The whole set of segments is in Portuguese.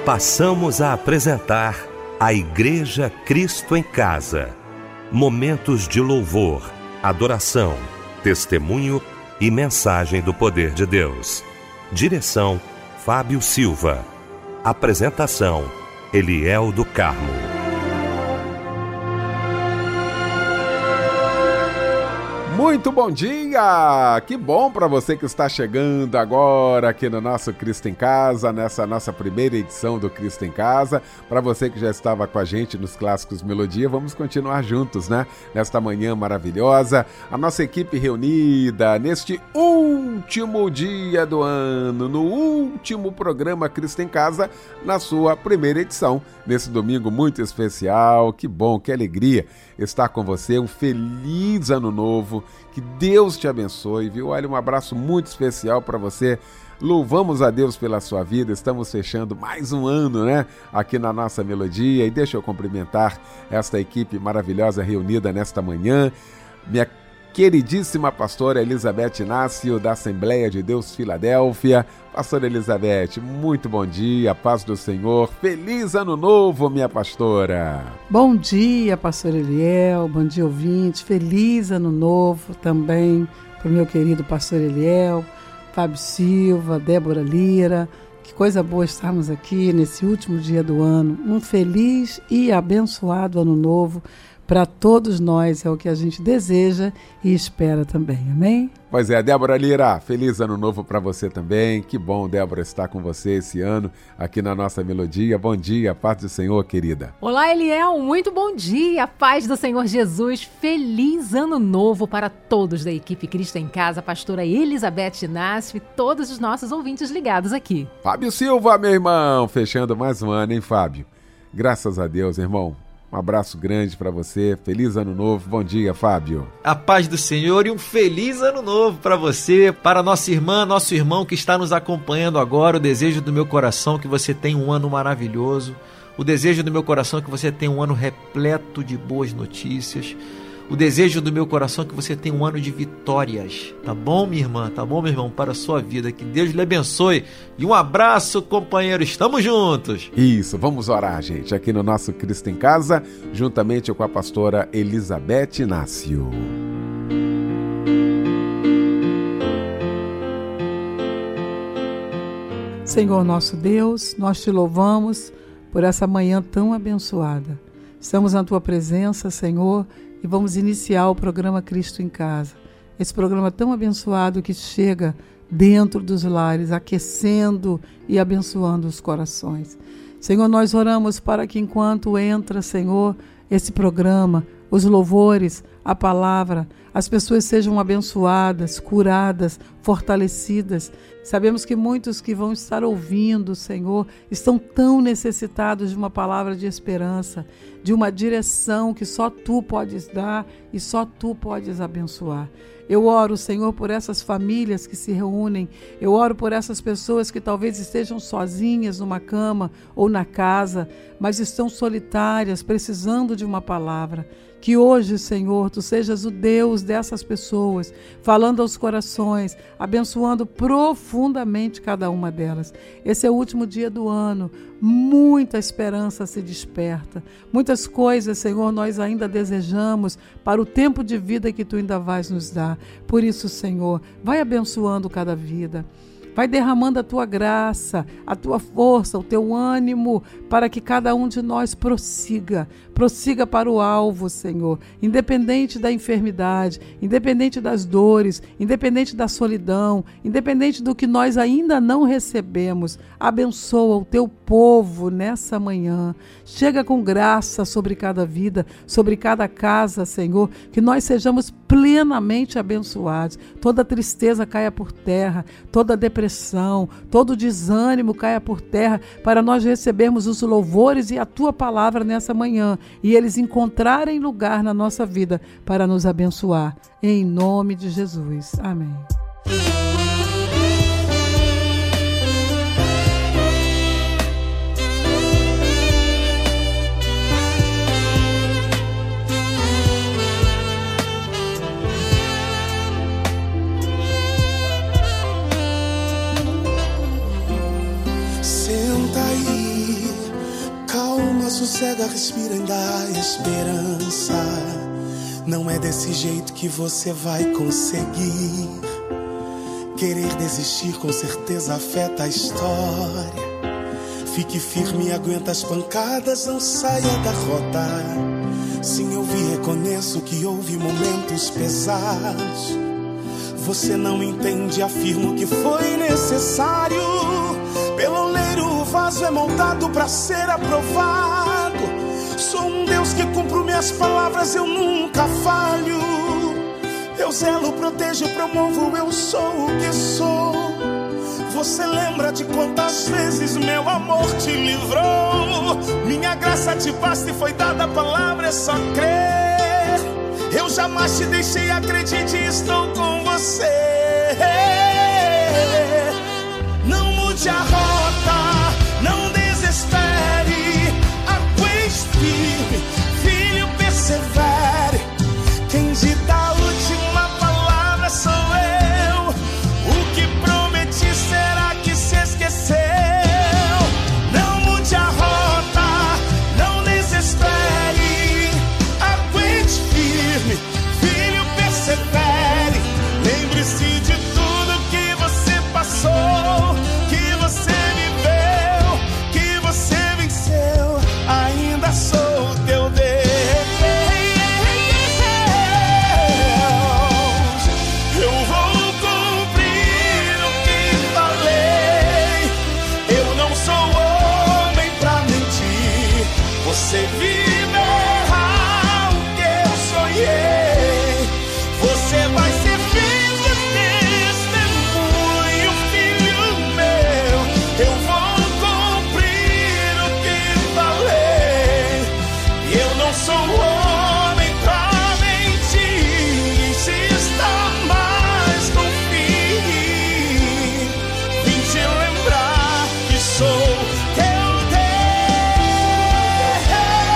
Passamos a apresentar a Igreja Cristo em Casa. Momentos de louvor, adoração, testemunho e mensagem do poder de Deus. Direção: Fábio Silva. Apresentação: Eliel do Carmo. Muito bom dia! Que bom para você que está chegando agora aqui no nosso Cristo em Casa, nessa nossa primeira edição do Cristo em Casa. Para você que já estava com a gente nos Clássicos Melodia, vamos continuar juntos, né? Nesta manhã maravilhosa, a nossa equipe reunida neste último dia do ano, no último programa Cristo em Casa, na sua primeira edição, nesse domingo muito especial. Que bom, que alegria estar com você. Um feliz ano novo. Que Deus te abençoe, viu? Olha, um abraço muito especial para você. Louvamos a Deus pela sua vida. Estamos fechando mais um ano, né? Aqui na nossa melodia. E deixa eu cumprimentar esta equipe maravilhosa reunida nesta manhã. Minha queridíssima pastora Elizabeth Inácio, da Assembleia de Deus Filadélfia. Pastora Elizabeth, muito bom dia, paz do Senhor. Feliz ano novo, minha pastora. Bom dia, pastor Eliel, bom dia, ouvinte. Feliz ano novo também para o meu querido pastor Eliel, Fábio Silva, Débora Lira. Que coisa boa estarmos aqui nesse último dia do ano. Um feliz e abençoado ano novo para todos nós, é o que a gente deseja e espera também, amém? Pois é, Débora Lira, feliz ano novo para você também. Que bom, Débora, estar com você esse ano aqui na nossa melodia. Bom dia, paz do Senhor, querida. Olá, Eliel, muito bom dia, paz do Senhor Jesus. Feliz ano novo para todos da equipe Cristo em Casa, a pastora Elizabeth Inácio e todos os nossos ouvintes ligados aqui. Fábio Silva, meu irmão, fechando mais um ano, hein, Fábio? Graças a Deus, irmão. Um abraço grande para você, feliz ano novo, bom dia, Fábio. A paz do Senhor e um feliz ano novo para você, para nossa irmã, nosso irmão que está nos acompanhando agora. O desejo do meu coração é que você tenha um ano maravilhoso, o desejo do meu coração é que você tenha um ano repleto de boas notícias, o desejo do meu coração é que você tenha um ano de vitórias, tá bom, minha irmã, tá bom, meu irmão, para a sua vida, que Deus lhe abençoe e um abraço, companheiro, estamos juntos. Isso, vamos orar, gente, aqui no nosso Cristo em Casa, juntamente com a pastora Elizabeth Inácio. Senhor nosso Deus, nós te louvamos por essa manhã tão abençoada. Estamos na tua presença, Senhor, e vamos iniciar o programa Cristo em Casa. Esse programa tão abençoado que chega dentro dos lares, aquecendo e abençoando os corações. Senhor, nós oramos para que enquanto entra, Senhor, esse programa, os louvores, a palavra, as pessoas sejam abençoadas, curadas, fortalecidas. Sabemos que muitos que vão estar ouvindo, Senhor, estão tão necessitados de uma palavra de esperança, de uma direção que só Tu podes dar e só Tu podes abençoar. Eu oro, Senhor, por essas famílias que se reúnem. Eu oro por essas pessoas que talvez estejam sozinhas numa cama ou na casa, mas estão solitárias, precisando de uma palavra. Que hoje, Senhor, Tu sejas o Deus dessas pessoas, falando aos corações, abençoando profundamente cada uma delas. Esse é o último dia do ano, muita esperança se desperta. Muitas coisas, Senhor, nós ainda desejamos para o tempo de vida que Tu ainda vais nos dar. Por isso, Senhor, vai abençoando cada vida. Vai derramando a Tua graça, a Tua força, o Teu ânimo, para que cada um de nós prossiga para o alvo, Senhor, independente da enfermidade, independente das dores, independente da solidão, independente do que nós ainda não recebemos. Abençoa o Teu povo nessa manhã. Chega com graça sobre cada vida, sobre cada casa, Senhor, que nós sejamos plenamente abençoados. Toda tristeza caia por terra, toda depressão, todo desânimo caia por terra, para nós recebermos os louvores e a Tua palavra nessa manhã, e eles encontrarem lugar na nossa vida para nos abençoar. Em nome de Jesus. Amém. Senta aí, devagar, respira, ainda há esperança. Não é desse jeito que você vai conseguir. Querer desistir com certeza afeta a história. Fique firme e aguenta as pancadas, não saia da rota. Sim, eu vi, reconheço que houve momentos pesados. Você não entende, afirmo que foi necessário. Pelo oleiro o vaso é moldado para ser aprovado. Sou um Deus que cumpro minhas palavras, eu nunca falho. Eu zelo, protejo, promovo, eu sou o que sou. Você lembra de quantas vezes meu amor te livrou? Minha graça te basta e foi dada a palavra, é só crer. Eu jamais te deixei, acredite, estou com você. Não mude a rota, não desespere. Aguente firme, filho, persevere. Quem dita a última palavra sou eu. O que prometi, será que se esqueceu? Não mude a rota, não desespere. Aguente firme, filho, persevere. Lembre-se de tudo que você passou, que você viveu, que você venceu. Ainda sou o teu Deus. Eu vou cumprir o que falei. Eu não sou homem pra mentir. Você viverá o que eu sonhei. Você vai ser filho de testemunho, filho meu. Eu vou cumprir o que falei. Eu não sou homem pra mentir. Insista mais, confie. Vim te lembrar que sou teu Deus.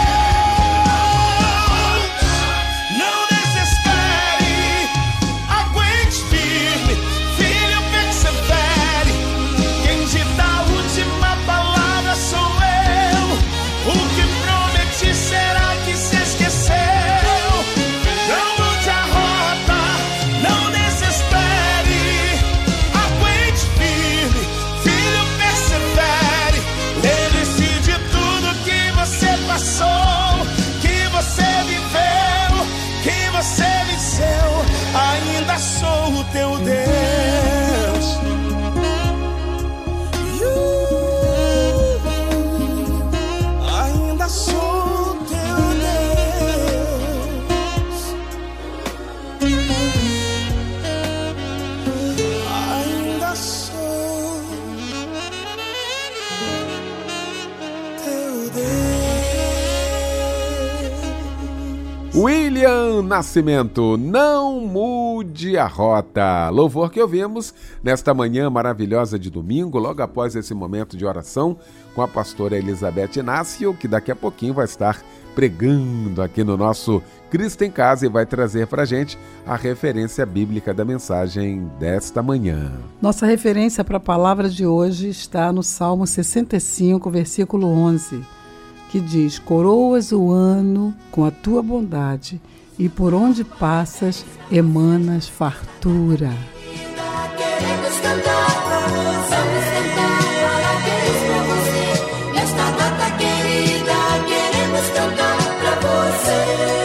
Não desespere, aguente firme, filho, persevere. Quem dita a última palavra sou eu. O que prometi, será que se esqueceu? Não mude a rota, não desespere. Aguente firme, filho, persevere. Lembre-se de tudo que você passou, que você viveu, que você venceu. Ainda sou o teu Deus. Ainda sou o teu Deus. Ainda sou teu Deus. William Nascimento, não mude a rota. Louvor que ouvimos nesta manhã maravilhosa de domingo, logo após esse momento de oração com a pastora Elizabeth Inácio, que daqui a pouquinho vai estar pregando aqui no nosso Cristo em Casa e vai trazer para a gente a referência bíblica da mensagem desta manhã. Nossa referência para a palavra de hoje está no Salmo 65, versículo 11, que diz: coroas o ano com a tua bondade e por onde passas emanas fartura. Queremos cantar, vamos cantar, parabéns pra você. Nesta data querida, queremos cantar pra você.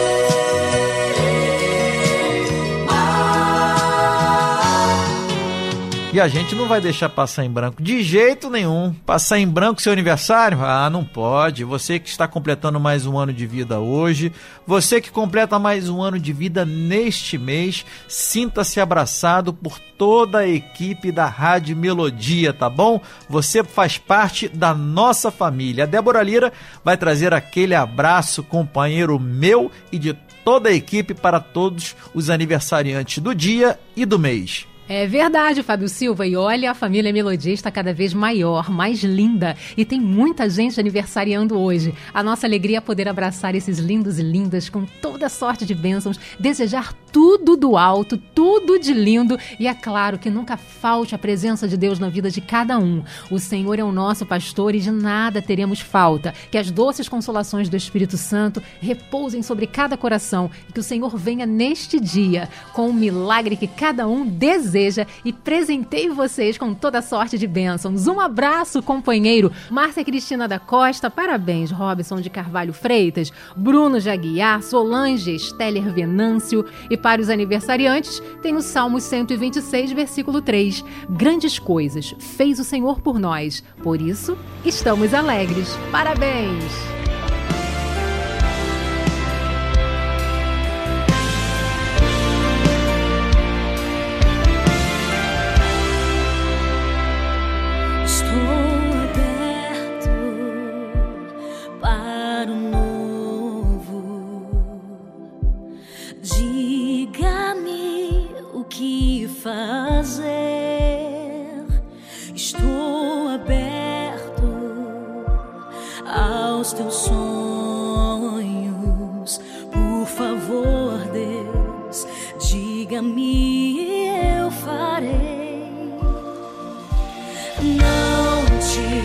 E a gente não vai deixar passar em branco de jeito nenhum. Passar em branco seu aniversário? Ah, não pode. Você que está completando mais um ano de vida hoje, você que completa mais um ano de vida neste mês, sinta-se abraçado por toda a equipe da Rádio Melodia, tá bom? Você faz parte da nossa família. A Débora Lira vai trazer aquele abraço, companheiro meu e de toda a equipe para todos os aniversariantes do dia e do mês. É verdade, Fábio Silva. E olha, a família Melodia está cada vez maior, mais linda. E tem muita gente aniversariando hoje. A nossa alegria é poder abraçar esses lindos e lindas com toda sorte de bênçãos, desejar tudo do alto, tudo de lindo e é claro que nunca falte a presença de Deus na vida de cada um. O Senhor é o nosso pastor e de nada teremos falta. Que as doces consolações do Espírito Santo repousem sobre cada coração e que o Senhor venha neste dia com o milagre que cada um deseja e presenteie vocês com toda sorte de bênçãos. Um abraço, companheiro. Márcia Cristina da Costa, parabéns. Robson de Carvalho Freitas, Bruno de Aguiar, Solange Steller Venâncio. E para os aniversariantes, tem o Salmo 126, versículo 3. Grandes coisas fez o Senhor por nós, por isso estamos alegres. Parabéns! Fazer, estou aberto aos teus sonhos. Por favor, Deus, diga-me, eu farei. Não te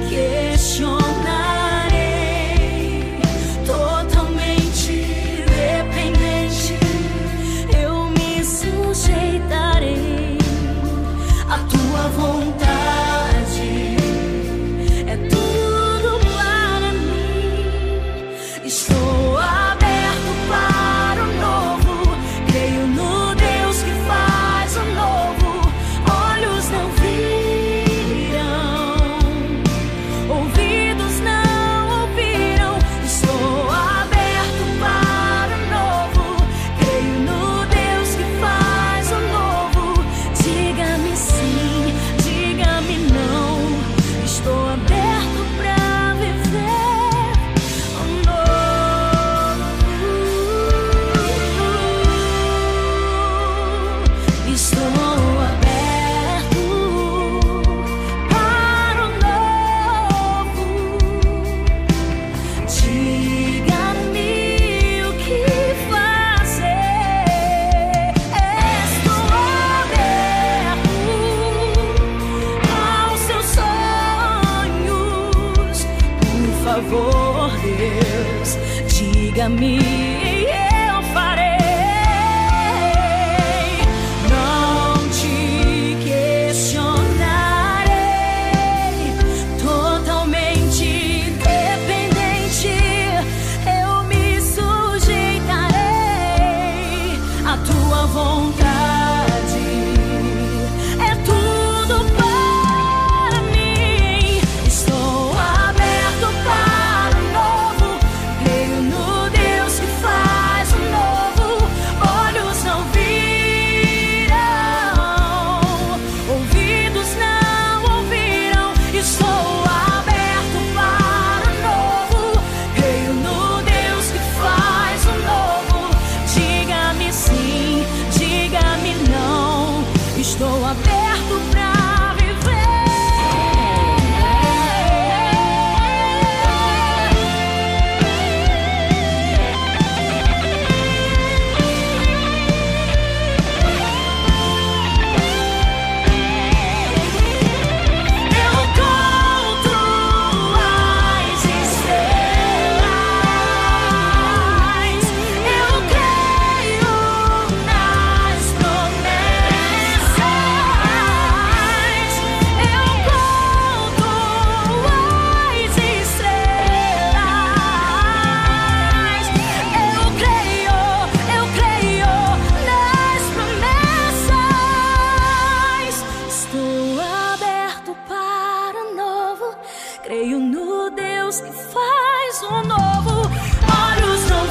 questionarei, totalmente dependente, eu me sujeitarei. A tua vontade é tudo para mim. Estou aberto para o novo. Creio no Deus que faz o novo. Olhos não viram, ouvidos não ouviram. Estou aberto para o novo. Creio no Deus que faz o novo. Diga-me sim, diga-me não. Estou aberto pra viver o novo. Estou aberto para o novo. Diga-me o que fazer. Estou aberto aos seus sonhos. Por favor, Deus, diga-me, eu farei. Não te questionarei, totalmente dependente, eu me sujeitarei. A tua vontade é tudo para mim. Estou aberto para o novo. Creio no Deus que faz o novo. Olhos não viram, ouvidos não ouviram. Estou aberto para o novo. Creio no Deus que faz o novo. Diga-me sim, diga-me não. Estou aberto pra eu conto as estrelas, eu creio nas promessas. Eu conto as estrelas, eu creio nas promessas. Estou aberto para o novo. Creio no Deus que faz o novo. Olhos não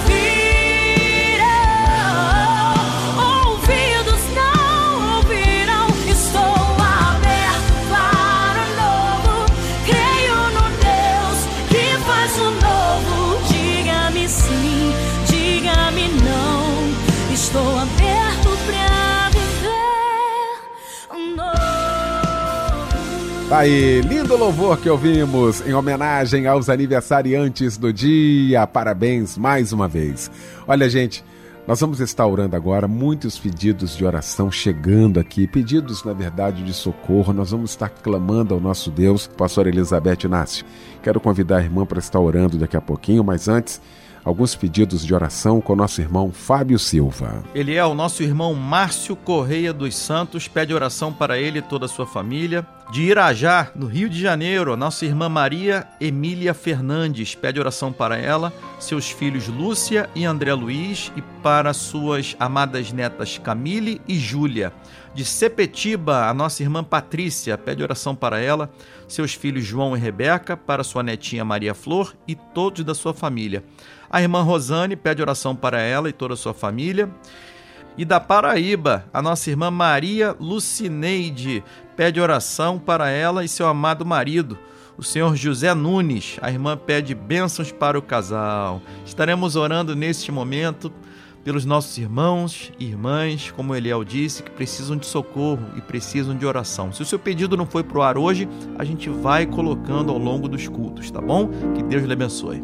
viram, ouvidos não ouviram. Estou aberto para o novo. Creio no Deus que faz o novo. Diga-me sim, diga-me não. Estou aberto pra viver o novo. Tá aí, lindo louvor que ouvimos em homenagem aos aniversariantes do dia. Parabéns mais uma vez. Olha, gente, Nós vamos estar orando agora, muitos pedidos de oração chegando aqui, pedidos, na verdade, de socorro. Nós vamos estar clamando ao nosso Deus. Pastora Elizabeth Inácio, quero convidar a irmã para estar orando daqui a pouquinho, mas antes, alguns pedidos de oração com o nosso irmão Fábio Silva. Ele é o nosso irmão Márcio Correia dos Santos, pede oração para ele e toda a sua família. De Irajá, no Rio de Janeiro, a nossa irmã Maria Emília Fernandes, pede oração para ela, seus filhos Lúcia e André Luiz e para suas amadas netas Camille e Júlia. De Sepetiba, a nossa irmã Patrícia, pede oração para ela, seus filhos João e Rebeca, para sua netinha Maria Flor e todos da sua família. A irmã Rosane pede oração para ela e toda a sua família. E da Paraíba, a nossa irmã Maria Lucineide pede oração para ela e seu amado marido, o senhor José Nunes. A irmã pede bênçãos para o casal. Estaremos orando neste momento pelos nossos irmãos e irmãs, como Eliel disse, que precisam de socorro e precisam de oração. Se o seu pedido não foi para o ar hoje, a gente vai colocando ao longo dos cultos, tá bom? Que Deus lhe abençoe.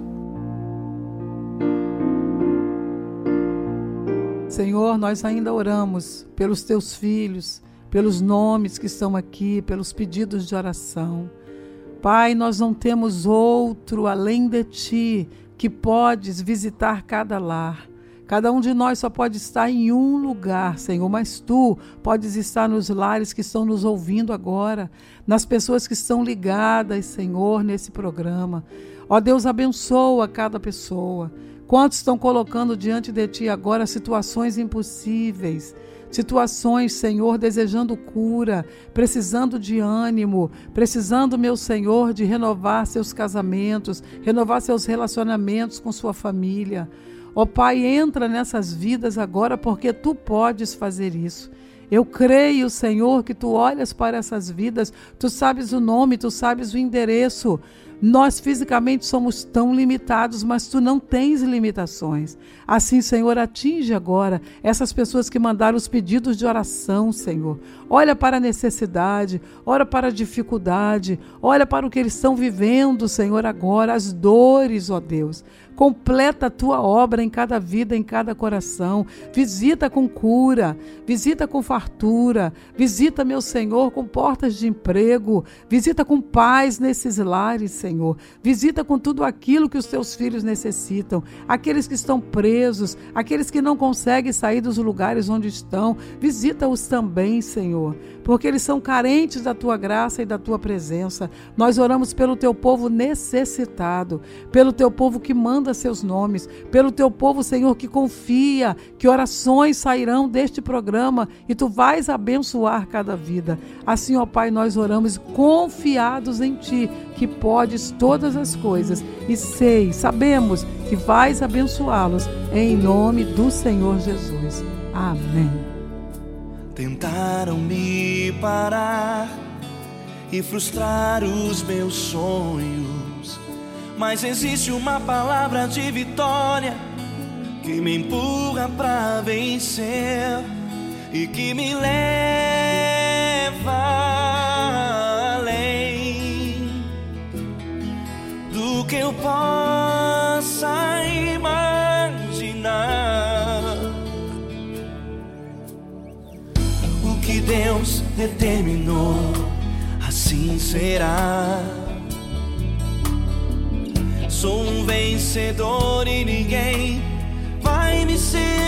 Senhor, nós ainda oramos pelos teus filhos, pelos nomes que estão aqui, pelos pedidos de oração. Pai, nós não temos outro além de ti que podes visitar cada lar. Cada um de nós só pode estar em um lugar, Senhor, mas Tu podes estar nos lares que estão nos ouvindo agora, nas pessoas que estão ligadas, Senhor, nesse programa. Ó Deus, abençoa cada pessoa. Quantos estão colocando diante de Ti agora situações impossíveis, situações, Senhor, desejando cura, precisando de ânimo, precisando, meu Senhor, de renovar seus casamentos, renovar seus relacionamentos com sua família. Ó Pai, entra nessas vidas agora, porque Tu podes fazer isso. Eu creio, Senhor, que Tu olhas para essas vidas, Tu sabes o nome, Tu sabes o endereço. Nós fisicamente somos tão limitados, mas Tu não tens limitações. Assim, Senhor, atinge agora essas pessoas que mandaram os pedidos de oração, Senhor. Olha para a necessidade, olha para a dificuldade, olha para o que eles estão vivendo, Senhor, agora, as dores, ó Deus. Completa a Tua obra em cada vida, em cada coração. Visita com cura, visita com fartura, visita, meu Senhor, com portas de emprego, visita com paz nesses lares, Senhor. Visita com tudo aquilo que os Teus filhos necessitam, aqueles que estão presos, aqueles que não conseguem sair dos lugares onde estão. Visita-os também, Senhor, porque eles são carentes da Tua graça e da Tua presença. Nós oramos pelo Teu povo necessitado, pelo Teu povo que manda seus nomes, pelo Teu povo, Senhor, que confia que orações sairão deste programa e Tu vais abençoar cada vida. Assim, ó Pai, nós oramos confiados em Ti, que podes todas as coisas, e sabemos que vais abençoá-los em nome do Senhor Jesus. Amém. Tentaram me parar e frustrar os meus sonhos, mas existe uma palavra de vitória que me empurra pra vencer e que me leva além do que eu possa imaginar. O que Deus determinou, assim será. Sou um vencedor e ninguém vai me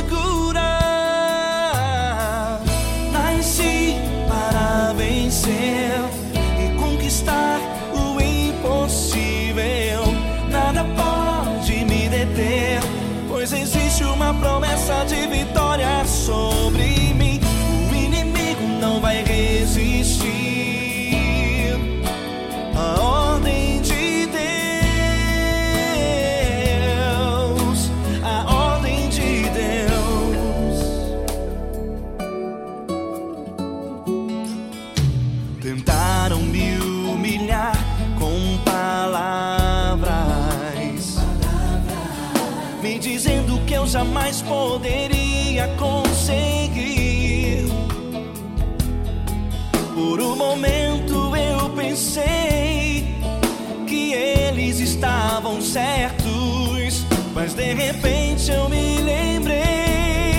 segurar. Nasci para vencer e conquistar o impossível. Nada pode me deter, pois existe uma promessa de vitória sobre mim. O inimigo não vai resistir à ordem de tentaram me humilhar com palavras, me dizendo que eu jamais poderia conseguir. Por um momento eu pensei que eles estavam certos, mas de repente eu me lembrei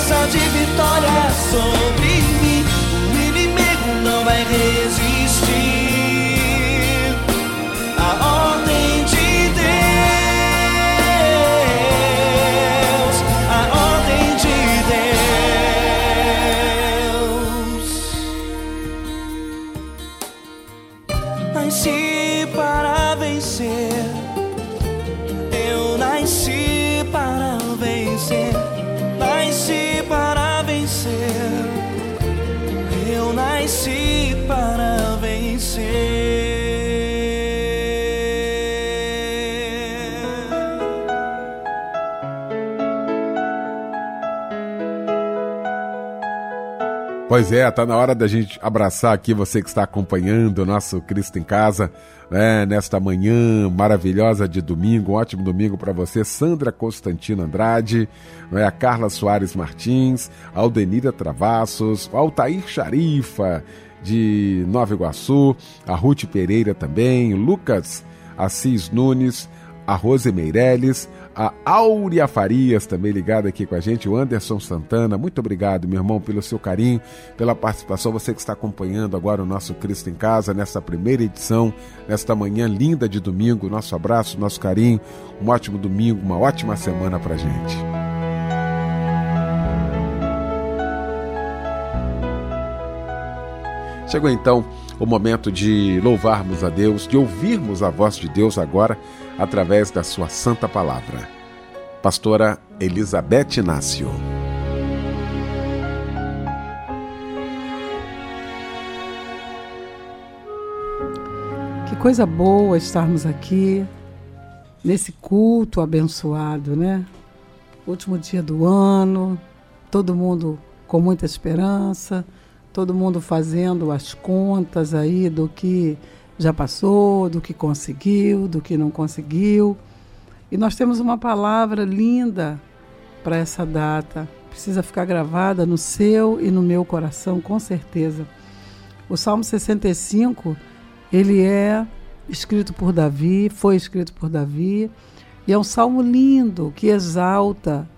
força de vitória sobre mim. O inimigo não vai resistir à ordem de Deus, à ordem de Deus. Nasci para vencer, eu nasci para vencer, nasci para vencer, eu nasci para vencer. Pois é, tá na hora da gente abraçar aqui você que está acompanhando o nosso Cristo em Casa, né, nesta manhã maravilhosa de domingo. Um ótimo domingo para você, Sandra Constantino Andrade, né, a Carla Soares Martins, a Aldenira Travassos, o Altair Charifa de Nova Iguaçu, a Ruth Pereira também, o Lucas Assis Nunes, a Rose Meirelles, a Áurea Farias também ligada aqui com a gente, o Anderson Santana. Muito obrigado, meu irmão, pelo seu carinho, pela participação, você que está acompanhando agora o nosso Cristo em Casa, nessa primeira edição, nesta manhã linda de domingo. Nosso abraço, nosso carinho, um ótimo domingo, uma ótima semana pra gente. Chegou então o momento de louvarmos a Deus, de ouvirmos a voz de Deus agora, através da sua santa palavra. Pastora Elizabeth Inácio. Que coisa boa estarmos aqui, nesse culto abençoado, né? Último dia do ano, todo mundo com muita esperança, todo mundo fazendo as contas aí do que já passou, do que conseguiu, do que não conseguiu. E nós temos uma palavra linda para essa data. Precisa ficar gravada no seu e no meu coração, com certeza. O Salmo 65, ele é escrito por Davi, foi escrito por Davi, e é um salmo lindo que exalta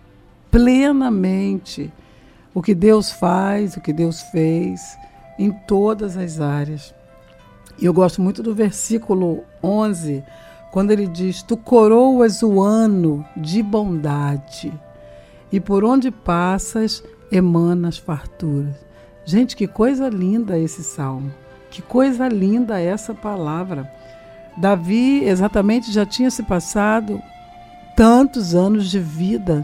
plenamente o que Deus faz, o que Deus fez em todas as áreas. E eu gosto muito do versículo 11, quando ele diz: tu coroas o ano de bondade, e por onde passas emanas farturas. Gente, que coisa linda esse salmo, que coisa linda essa palavra. Davi exatamente já tinha se passado tantos anos de vida,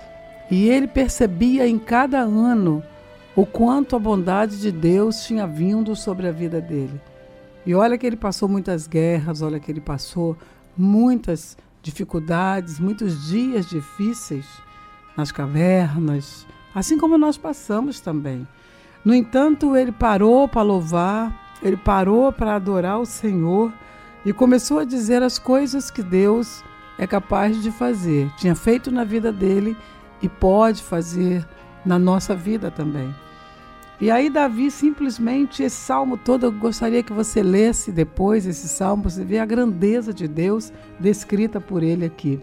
e ele percebia em cada ano o quanto a bondade de Deus tinha vindo sobre a vida dele. E olha que ele passou muitas guerras, olha que ele passou muitas dificuldades, muitos dias difíceis nas cavernas, assim como nós passamos também. No entanto, ele parou para louvar, ele parou para adorar o Senhor e começou a dizer as coisas que Deus é capaz de fazer. Tinha feito na vida dele e pode fazer na nossa vida também. E aí Davi simplesmente, esse salmo todo, eu gostaria que você lesse depois esse salmo, você vê a grandeza de Deus descrita por ele aqui.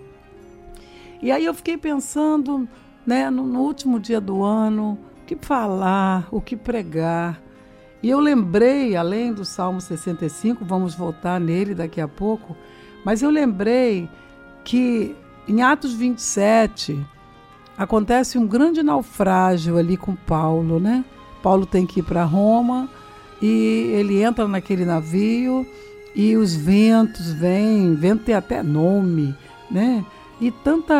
E aí eu fiquei pensando, né, no último dia do ano, o que falar, o que pregar. E eu lembrei, além do Salmo 65, vamos voltar nele daqui a pouco, mas eu lembrei que em Atos 27 acontece um grande naufrágio ali com Paulo, né? Paulo tem que ir para Roma e ele entra naquele navio e os ventos vêm, vento tem até nome, né? E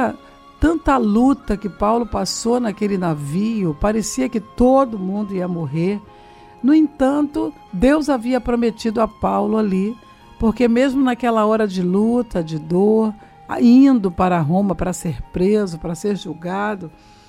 tanta luta que Paulo passou naquele navio, parecia que todo mundo ia morrer. No entanto, Deus havia prometido a Paulo ali, porque mesmo naquela hora de luta, de dor, indo para Roma para ser preso, para ser julgado,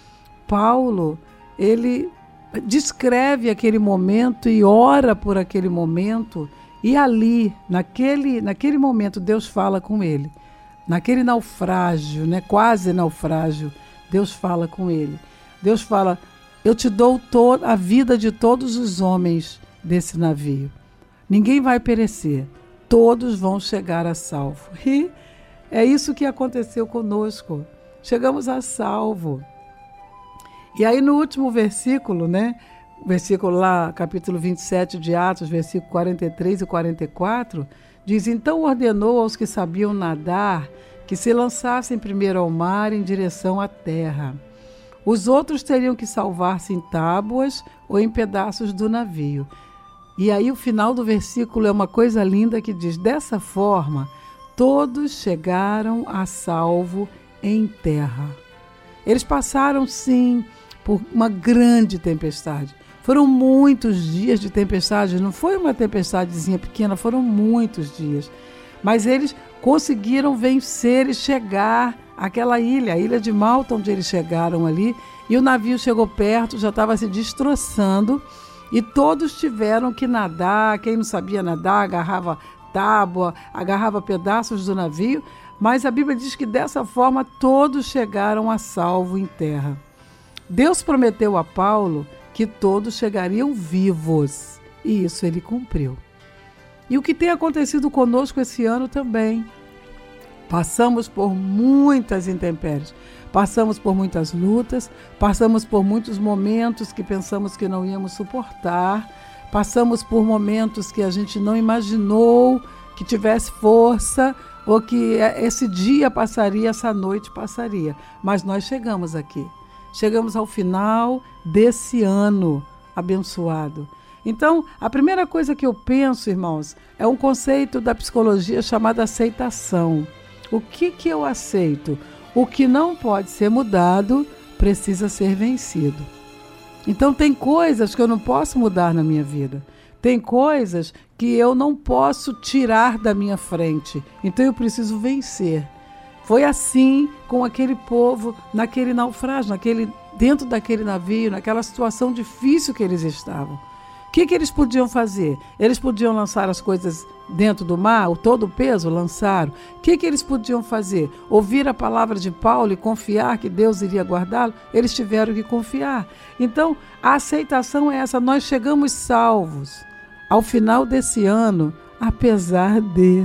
Paulo, ele descreve aquele momento e ora por aquele momento, e ali, naquele momento, Deus fala com ele. Naquele naufrágio, né, quase naufrágio, Deus fala com ele. Deus fala: eu te dou a vida de todos os homens desse navio. Ninguém vai perecer, todos vão chegar a salvo. E é isso que aconteceu conosco. Chegamos a salvo. E aí no último versículo, né? Versículo lá, capítulo 27 de Atos, versículo 43 e 44, diz: então ordenou aos que sabiam nadar que se lançassem primeiro ao mar em direção à terra. Os outros teriam que salvar-se em tábuas ou em pedaços do navio. E aí o final do versículo é uma coisa linda que diz: dessa forma, todos chegaram a salvo em terra. Eles passaram, sim, por uma grande tempestade. Foram muitos dias de tempestade, não foi uma tempestadezinha pequena, foram muitos dias. Mas eles conseguiram vencer e chegar àquela ilha, a ilha de Malta, onde eles chegaram ali, e o navio chegou perto, já estava se destroçando, e todos tiveram que nadar. Quem não sabia nadar, agarrava tábua, agarrava pedaços do navio, mas a Bíblia diz que dessa forma todos chegaram a salvo em terra. Deus prometeu a Paulo que todos chegariam vivos, e isso ele cumpriu. E o que tem acontecido conosco esse ano também. Passamos por muitas intempéries, passamos por muitas lutas, passamos por muitos momentos que pensamos que não íamos suportar, passamos por momentos que a gente não imaginou que tivesse força, ou que esse dia passaria, essa noite passaria. Mas nós chegamos aqui. Chegamos ao final desse ano abençoado. Então, a primeira coisa que eu penso, irmãos, é um conceito da psicologia chamado aceitação. O que eu aceito? O que não pode ser mudado precisa ser vencido. Então, tem coisas que eu não posso mudar na minha vida. Tem coisas que eu não posso tirar da minha frente. Então, eu preciso vencer. Foi assim com aquele povo naquele naufrágio, dentro daquele navio, naquela situação difícil que eles estavam. O que eles podiam fazer? Eles podiam lançar as coisas dentro do mar, todo o peso lançaram. O que eles podiam fazer? Ouvir a palavra de Paulo e confiar que Deus iria guardá-lo? Eles tiveram que confiar. Então, a aceitação é essa. Nós chegamos salvos ao final desse ano, apesar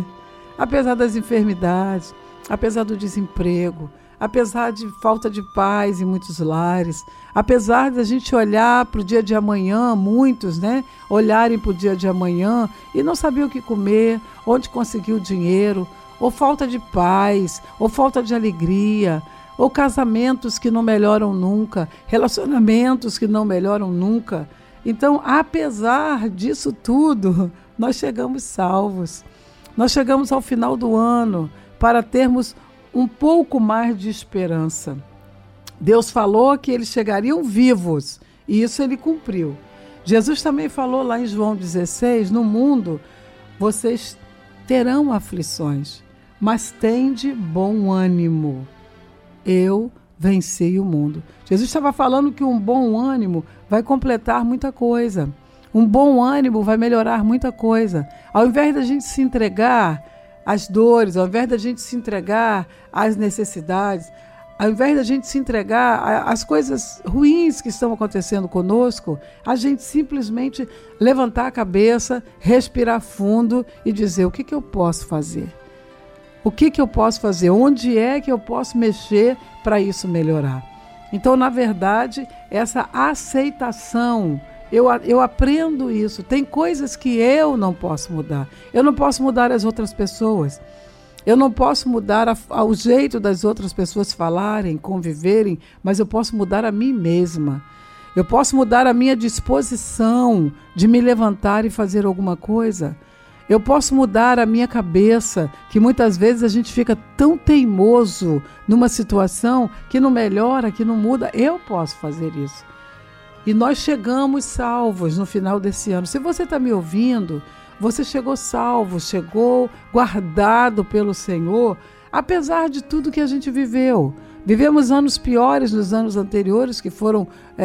das enfermidades, apesar do desemprego, apesar de falta de paz em muitos lares, apesar de a gente olhar para o dia de amanhã, muitos, né, olharem para o dia de amanhã e não saber o que comer, onde conseguir o dinheiro, ou falta de paz, ou falta de alegria, ou casamentos que não melhoram nunca, relacionamentos que não melhoram nunca. Então, apesar disso tudo, nós chegamos salvos. Nós chegamos ao final do ano para termos um pouco mais de esperança. Deus falou que eles chegariam vivos, e isso ele cumpriu. Jesus também falou lá em João 16, no mundo vocês terão aflições, mas tende bom ânimo. Eu venci o mundo. Jesus estava falando que um bom ânimo vai completar muita coisa. Um bom ânimo vai melhorar muita coisa. Ao invés da gente se entregar às dores, ao invés da gente se entregar às necessidades, ao invés da gente se entregar às coisas ruins que estão acontecendo conosco, a gente simplesmente levantar a cabeça, respirar fundo e dizer: o que eu posso fazer? O que eu posso fazer? Onde é que eu posso mexer para isso melhorar? Então, na verdade, essa aceitação, eu aprendo isso. Tem coisas que eu não posso mudar. Eu não posso mudar as outras pessoas. Eu não posso mudar o jeito das outras pessoas falarem, conviverem, mas eu posso mudar a mim mesma. Eu posso mudar a minha disposição de me levantar e fazer alguma coisa. Eu posso mudar a minha cabeça, que muitas vezes a gente fica tão teimoso numa situação que não melhora, que não muda. Eu posso fazer isso. E nós chegamos salvos no final desse ano. Se você está me ouvindo, você chegou salvo, chegou guardado pelo Senhor, apesar de tudo que a gente viveu. Vivemos anos piores nos anos anteriores, que foram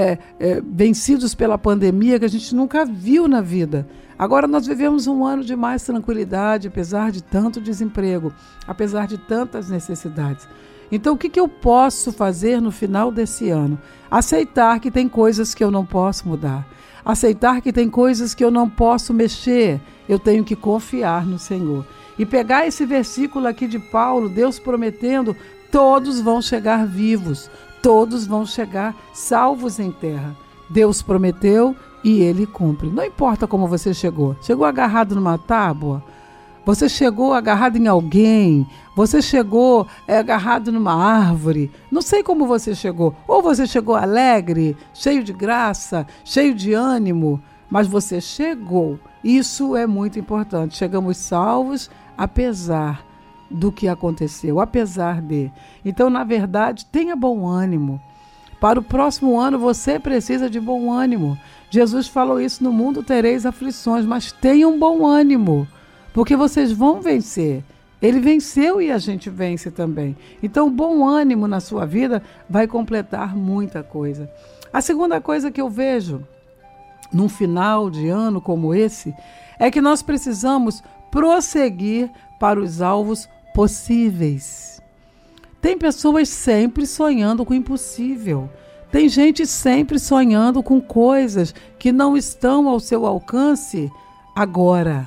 vencidos pela pandemia, que a gente nunca viu na vida. Agora nós vivemos um ano de mais tranquilidade, apesar de tanto desemprego, apesar de tantas necessidades. Então, o que eu posso fazer no final desse ano? Aceitar que tem coisas que eu não posso mudar. Aceitar que tem coisas que eu não posso mexer. Eu tenho que confiar no Senhor. E pegar esse versículo aqui de Paulo, Deus prometendo, todos vão chegar vivos. todos vão chegar salvos em terra. Deus prometeu e Ele cumpre. Não importa como você chegou. Chegou agarrado numa tábua? Você chegou agarrado em alguém? Você chegou agarrado numa árvore? Não sei como você chegou. Ou você chegou alegre, cheio de graça, cheio de ânimo, mas você chegou. Isso é muito importante. Chegamos salvos apesar do que aconteceu, apesar de. Então, na verdade, tenha bom ânimo. Para o próximo ano, você precisa de bom ânimo. Jesus falou isso: no mundo tereis aflições, mas tenham bom ânimo, porque vocês vão vencer. Ele venceu e a gente vence também. Então, bom ânimo na sua vida vai completar muita coisa. A segunda coisa que eu vejo num final de ano como esse é que nós precisamos prosseguir para os alvos possíveis. Tem pessoas sempre sonhando com o impossível. Tem gente sempre sonhando com coisas que não estão ao seu alcance agora.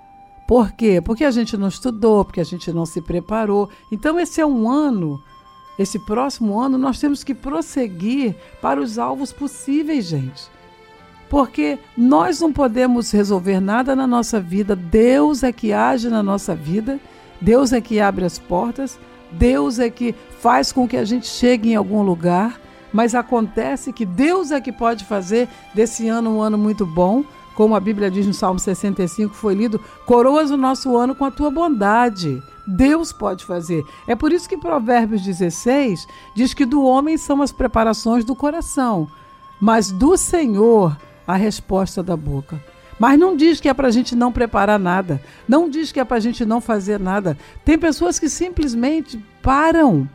Por quê? Porque a gente não estudou, porque a gente não se preparou. Então esse é um ano, esse próximo ano, nós temos que prosseguir para os alvos possíveis, gente. Porque nós não podemos resolver nada na nossa vida. Deus é que age na nossa vida. Deus é que abre as portas. Deus é que faz com que a gente chegue em algum lugar. Mas acontece que Deus é que pode fazer desse ano um ano muito bom. Como a Bíblia diz no Salmo 65, foi lido: coroas o nosso ano com a tua bondade. Deus pode fazer. É por isso que Provérbios 16 diz que do homem são as preparações do coração, mas do Senhor a resposta da boca. Mas não diz que é para a gente não preparar nada. Não diz que é para a gente não fazer nada. Tem pessoas que simplesmente param,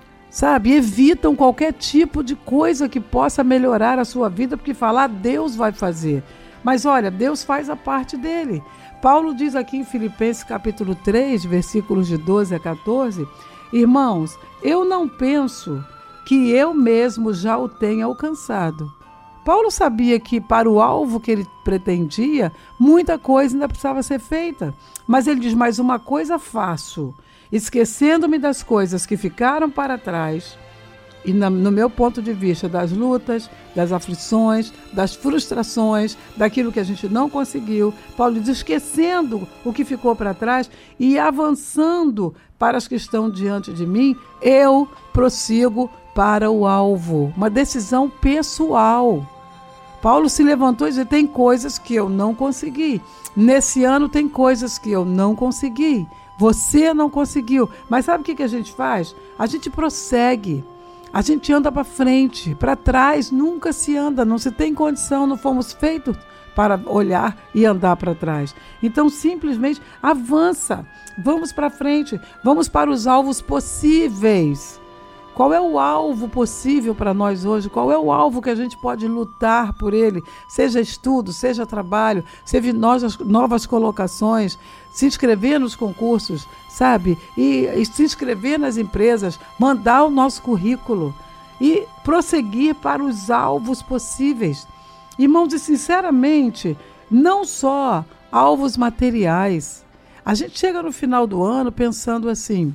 sabe? Evitam qualquer tipo de coisa que possa melhorar a sua vida, porque falar Deus vai fazer. Mas olha, Deus faz a parte dele. Paulo diz aqui em Filipenses capítulo 3, versículos de 12 a 14, irmãos, eu não penso que eu mesmo já o tenha alcançado. Paulo sabia que para o alvo que ele pretendia, muita coisa ainda precisava ser feita. Mas ele diz, mas uma coisa faço, esquecendo-me das coisas que ficaram para trás, e no meu ponto de vista, das lutas, das aflições, das frustrações, daquilo que a gente não conseguiu, Paulo diz, esquecendo o que ficou para trás e avançando para as que estão diante de mim, eu prossigo para o alvo. Uma decisão pessoal. Paulo se levantou e disse, tem coisas que eu não consegui. Nesse ano tem coisas que eu não consegui. Você não conseguiu. Mas sabe o que a gente faz? A gente prossegue. A gente anda para frente. Para trás nunca se anda. Não se tem condição. Não fomos feitos para olhar e andar para trás. Então simplesmente avança. Vamos para frente. Vamos para os alvos possíveis. Qual é o alvo possível para nós hoje? Qual é o alvo que a gente pode lutar por ele? Seja estudo, seja trabalho, seja novas colocações, se inscrever nos concursos, sabe? E se inscrever nas empresas, mandar o nosso currículo e prosseguir para os alvos possíveis. Irmãos, e sinceramente, não só alvos materiais. A gente chega no final do ano pensando assim,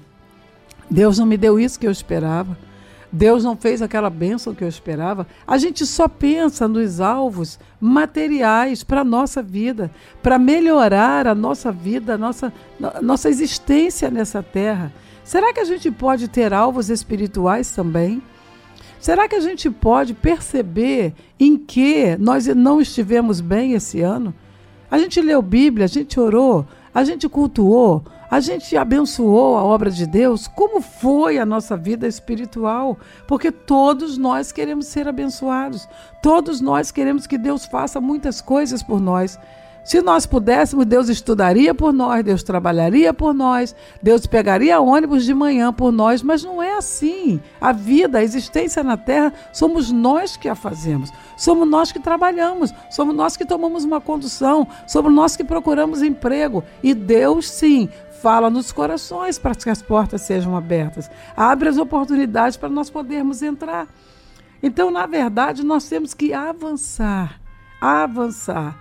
Deus não me deu isso que eu esperava. Deus não fez aquela bênção que eu esperava. A gente só pensa nos alvos materiais para a nossa vida, para melhorar a nossa vida, a nossa existência nessa terra. Será que a gente pode ter alvos espirituais também? Será que a gente pode perceber em que nós não estivemos bem esse ano? A gente leu Bíblia, a gente orou, a gente cultuou, a gente abençoou a obra de Deus. Como foi a nossa vida espiritual? Porque todos nós queremos ser abençoados. Todos nós queremos que Deus faça muitas coisas por nós. Se nós pudéssemos, Deus estudaria por nós, Deus trabalharia por nós, Deus pegaria ônibus de manhã por nós, mas não é assim. A vida, a existência na Terra, somos nós que a fazemos. Somos nós que trabalhamos, somos nós que tomamos uma condução, somos nós que procuramos emprego. E Deus, sim, fala nos corações para que as portas sejam abertas. Abre as oportunidades para nós podermos entrar. Então, na verdade, nós temos que avançar.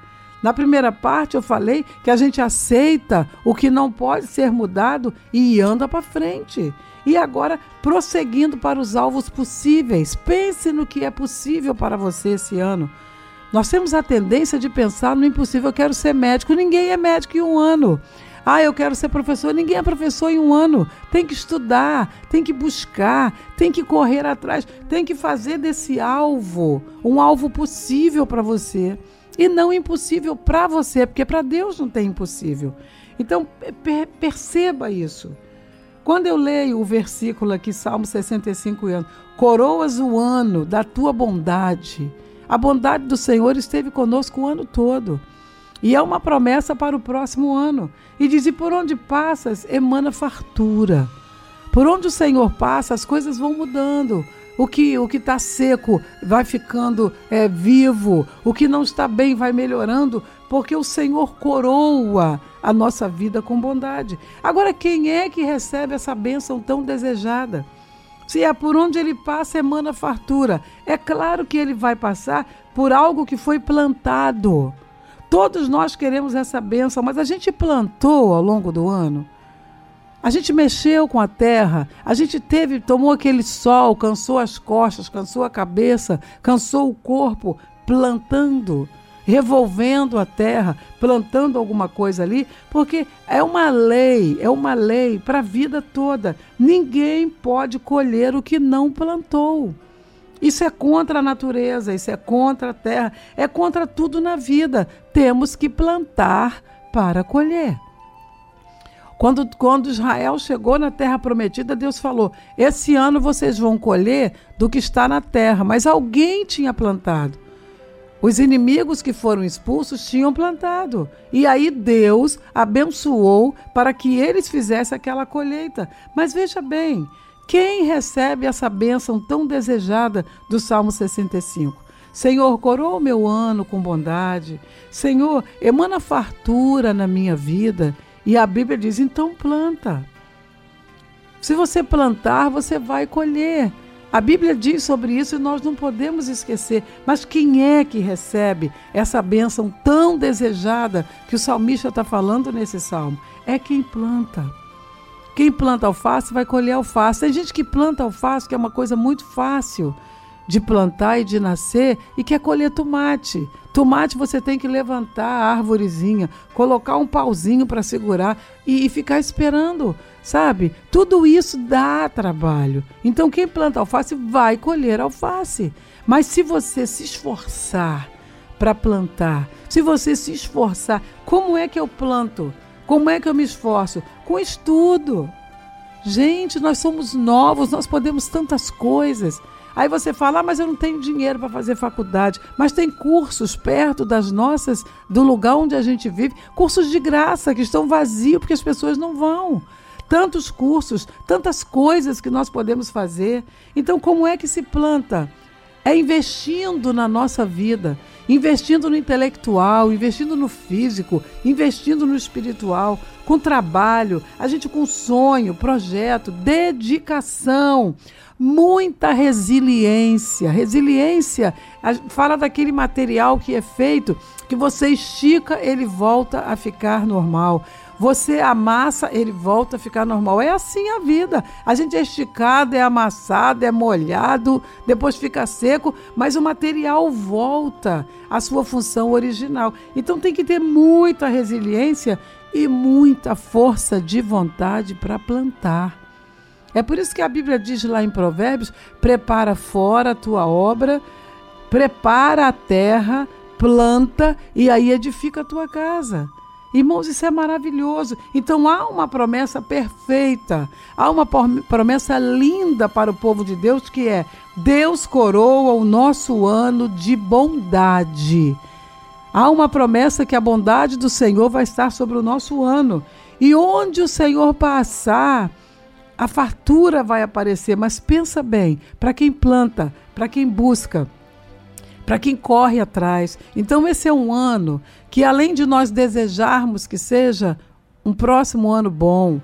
Na primeira parte eu falei que a gente aceita o que não pode ser mudado e anda para frente. E agora, prosseguindo para os alvos possíveis. Pense no que é possível para você esse ano. Nós temos a tendência de pensar no impossível. Eu quero ser médico. Ninguém é médico em um ano. Eu quero ser professor. Ninguém é professor em um ano. Tem que estudar, tem que buscar, tem que correr atrás, tem que fazer desse alvo um alvo possível para você. E não impossível para você, porque para Deus não tem impossível. Então, perceba isso. Quando eu leio o versículo aqui, Salmo 65 anos, coroas o ano da tua bondade. A bondade do Senhor esteve conosco o ano todo. E é uma promessa para o próximo ano. E diz, e por onde passas, emana fartura. Por onde o Senhor passa, as coisas vão mudando. O que está seco vai ficando vivo. O que não está bem vai melhorando, porque o Senhor coroa a nossa vida com bondade. Agora, quem é que recebe essa bênção tão desejada? Se é por onde ele passa, emana fartura. É claro que ele vai passar por algo que foi plantado. Todos nós queremos essa bênção, mas a gente plantou ao longo do ano. A gente mexeu com a terra, a gente tomou aquele sol, cansou as costas, cansou a cabeça, cansou o corpo, plantando, revolvendo a terra, plantando alguma coisa ali, porque é uma lei para a vida toda. Ninguém pode colher o que não plantou. Isso é contra a natureza, isso é contra a terra, é contra tudo na vida. Temos que plantar para colher. Quando Israel chegou na terra prometida, Deus falou, esse ano vocês vão colher do que está na terra, mas alguém tinha plantado. Os inimigos que foram expulsos tinham plantado. E aí Deus abençoou para que eles fizessem aquela colheita. Mas veja bem, quem recebe essa bênção tão desejada do Salmo 65? Senhor, coroa o meu ano com bondade. Senhor, emana fartura na minha vida. E a Bíblia diz, então planta. Se você plantar, você vai colher. A Bíblia diz sobre isso e nós não podemos esquecer. Mas quem é que recebe essa bênção tão desejada que o salmista está falando nesse salmo? É quem planta. Quem planta alface vai colher alface. Tem gente que planta alface, que é uma coisa muito fácil de plantar e de nascer, e quer colher tomate. Tomate você tem que levantar a árvorezinha, colocar um pauzinho para segurar e ficar esperando, sabe? Tudo isso dá trabalho. Então quem planta alface vai colher alface. Mas se você se esforçar para plantar, se você se esforçar, como é que eu planto? Como é que eu me esforço? Com estudo. Gente, nós somos novos, nós podemos tantas coisas. Aí você fala, mas eu não tenho dinheiro para fazer faculdade. Mas tem cursos perto do lugar onde a gente vive, cursos de graça que estão vazios porque as pessoas não vão. Tantos cursos, tantas coisas que nós podemos fazer. Então, como é que se planta? É investindo na nossa vida, investindo no intelectual, investindo no físico, investindo no espiritual, com trabalho, a gente com sonho, projeto, dedicação, muita resiliência. Resiliência fala daquele material que é feito, que você estica, ele volta a ficar normal. Você amassa, ele volta a ficar normal. É assim a vida. A gente é esticado, é amassado, é molhado, depois fica seco, mas o material volta à sua função original. Então tem que ter muita resiliência e muita força de vontade para plantar. É por isso que a Bíblia diz lá em Provérbios, prepara fora a tua obra, prepara a terra, planta e aí edifica a tua casa. Irmãos, isso é maravilhoso. Então há uma promessa perfeita, há uma promessa linda para o povo de Deus, que é: Deus coroa o nosso ano de bondade. Há uma promessa que a bondade do Senhor vai estar sobre o nosso ano. E onde o Senhor passar, a fartura vai aparecer. Mas pensa bem, para quem planta, para quem busca, para quem corre atrás. Então esse é um ano que, além de nós desejarmos que seja um próximo ano bom,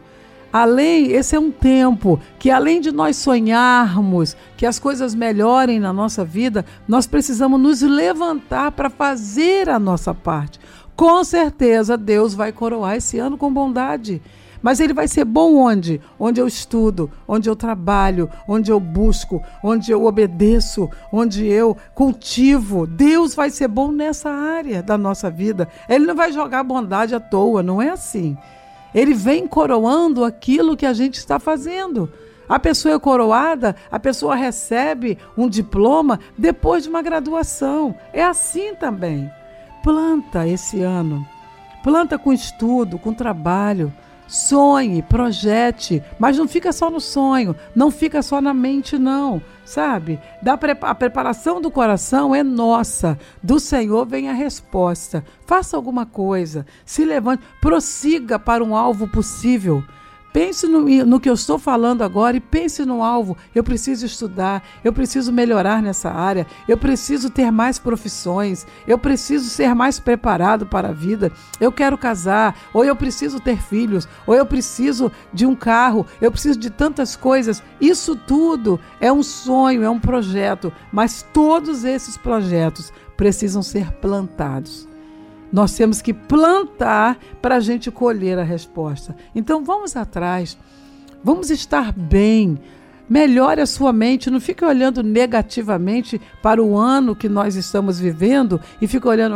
esse é um tempo que, além de nós sonharmos que as coisas melhorem na nossa vida, nós precisamos nos levantar para fazer a nossa parte. com certeza Deus vai coroar esse ano com bondade. Mas ele vai ser bom onde? Onde eu estudo, onde eu trabalho, onde eu busco, onde eu obedeço, onde eu cultivo. Deus vai ser bom nessa área da nossa vida. Ele não vai jogar bondade à toa, não é assim. Ele vem coroando aquilo que a gente está fazendo. A pessoa é coroada, a pessoa recebe um diploma depois de uma graduação. É assim também. Planta esse ano. Planta com estudo, com trabalho. Sonhe, projete, mas não fica só no sonho, não fica só na mente não, sabe? A preparação do coração é nossa, do Senhor vem a resposta. Faça alguma coisa, se levante, prossiga para um alvo possível. Pense no que eu estou falando agora e pense no alvo. Eu preciso estudar, eu preciso melhorar nessa área, eu preciso ter mais profissões, eu preciso ser mais preparado para a vida, eu quero casar, ou eu preciso ter filhos, ou eu preciso de um carro, eu preciso de tantas coisas. Isso tudo é um sonho, é um projeto, mas todos esses projetos precisam ser plantados. Nós temos que plantar para a gente colher a resposta. Então vamos atrás, vamos estar bem, melhore a sua mente, não fique olhando negativamente para o ano que nós estamos vivendo e fique olhando,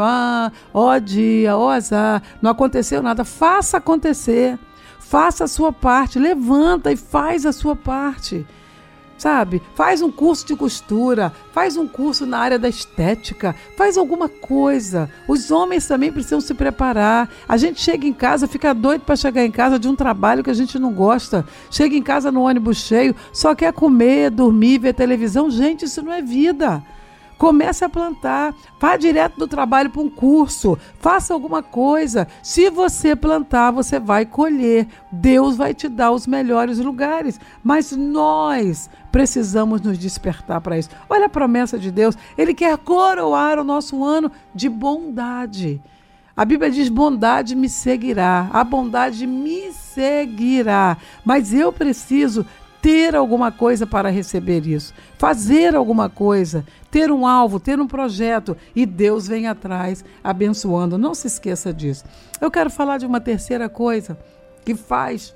ó dia, ó azar, não aconteceu nada. Faça acontecer, faça a sua parte, levanta e faz a sua parte. Sabe? Faz um curso de costura, faz um curso na área da estética, faz alguma coisa. Os homens também precisam se preparar. A gente chega em casa, fica doido para chegar em casa de um trabalho que a gente não gosta. Chega em casa no ônibus cheio, só quer comer, dormir, ver televisão. Gente, isso não é vida. Comece a plantar, vá direto do trabalho para um curso, faça alguma coisa. Se você plantar, você vai colher. Deus vai te dar os melhores lugares, mas nós precisamos nos despertar para isso. Olha a promessa de Deus, Ele quer coroar o nosso ano de bondade. A Bíblia diz, bondade me seguirá, a bondade me seguirá, mas eu preciso ter alguma coisa para receber isso, fazer alguma coisa, ter um alvo, ter um projeto, e Deus vem atrás abençoando. Não se esqueça disso. Eu quero falar de uma terceira coisa que faz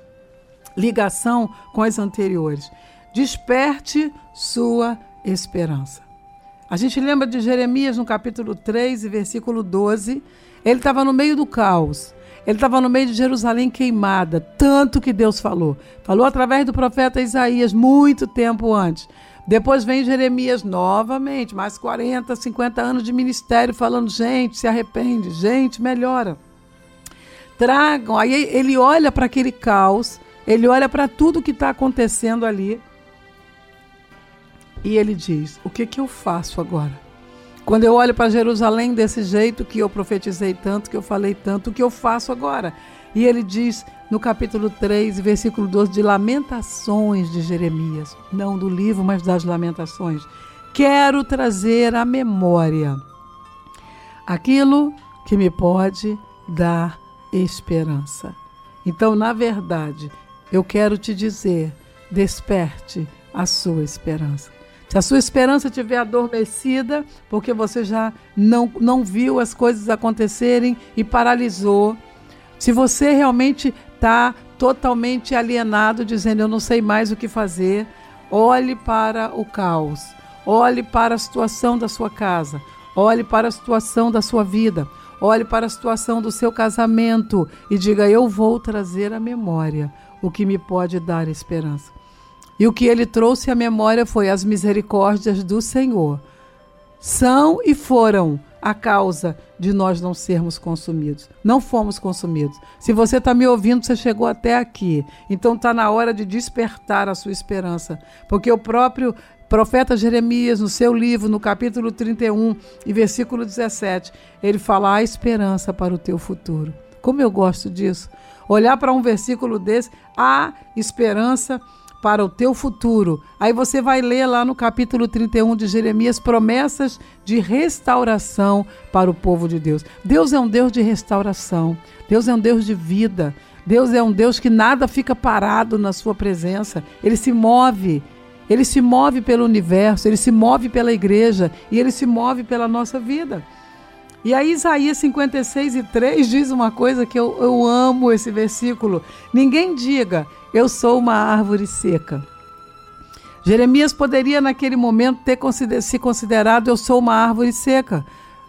ligação com as anteriores. Desperte sua esperança. A gente lembra de Jeremias no capítulo 3 e versículo 12. Ele estava no meio do caos. Ele estava no meio de Jerusalém queimada, tanto que Deus falou. Falou através do profeta Isaías, muito tempo antes. Depois vem Jeremias novamente, mais 40, 50 anos de ministério, falando, gente, se arrepende, gente, melhora. Tragam. Aí ele olha para aquele caos, ele olha para tudo que está acontecendo ali, e ele diz, o que eu faço agora? Quando eu olho para Jerusalém desse jeito, que eu profetizei tanto, que eu falei tanto, o que eu faço agora? E ele diz no capítulo 3, versículo 12, de Lamentações de Jeremias, não do livro, mas das Lamentações. Quero trazer à memória aquilo que me pode dar esperança. Então, na verdade, eu quero te dizer, desperte a sua esperança. Se a sua esperança estiver adormecida, porque você já não viu as coisas acontecerem e paralisou, se você realmente está totalmente alienado, dizendo eu não sei mais o que fazer, olhe para o caos, olhe para a situação da sua casa, olhe para a situação da sua vida, olhe para a situação do seu casamento e diga, eu vou trazer à memória o que me pode dar esperança. E o que ele trouxe à memória foi as misericórdias do Senhor. São e foram a causa de nós não sermos consumidos. Não fomos consumidos. Se você está me ouvindo, você chegou até aqui. Então está na hora de despertar a sua esperança. Porque o próprio profeta Jeremias, no seu livro, no capítulo 31 e versículo 17, ele fala, há esperança para o teu futuro. Como eu gosto disso. Olhar para um versículo desse, há esperança para o teu futuro. Aí você vai ler lá no capítulo 31 de Jeremias, promessas de restauração para o povo de Deus. Deus é um Deus de restauração. Deus é um Deus de vida. Deus é um Deus que nada fica parado na sua presença. Ele se move. Ele se move pelo universo, ele se move pela igreja e ele se move pela nossa vida. E aí Isaías 56:3 diz uma coisa que eu amo esse versículo. Ninguém diga, eu sou uma árvore seca. Jeremias poderia naquele momento ter se considerado, eu sou uma árvore seca.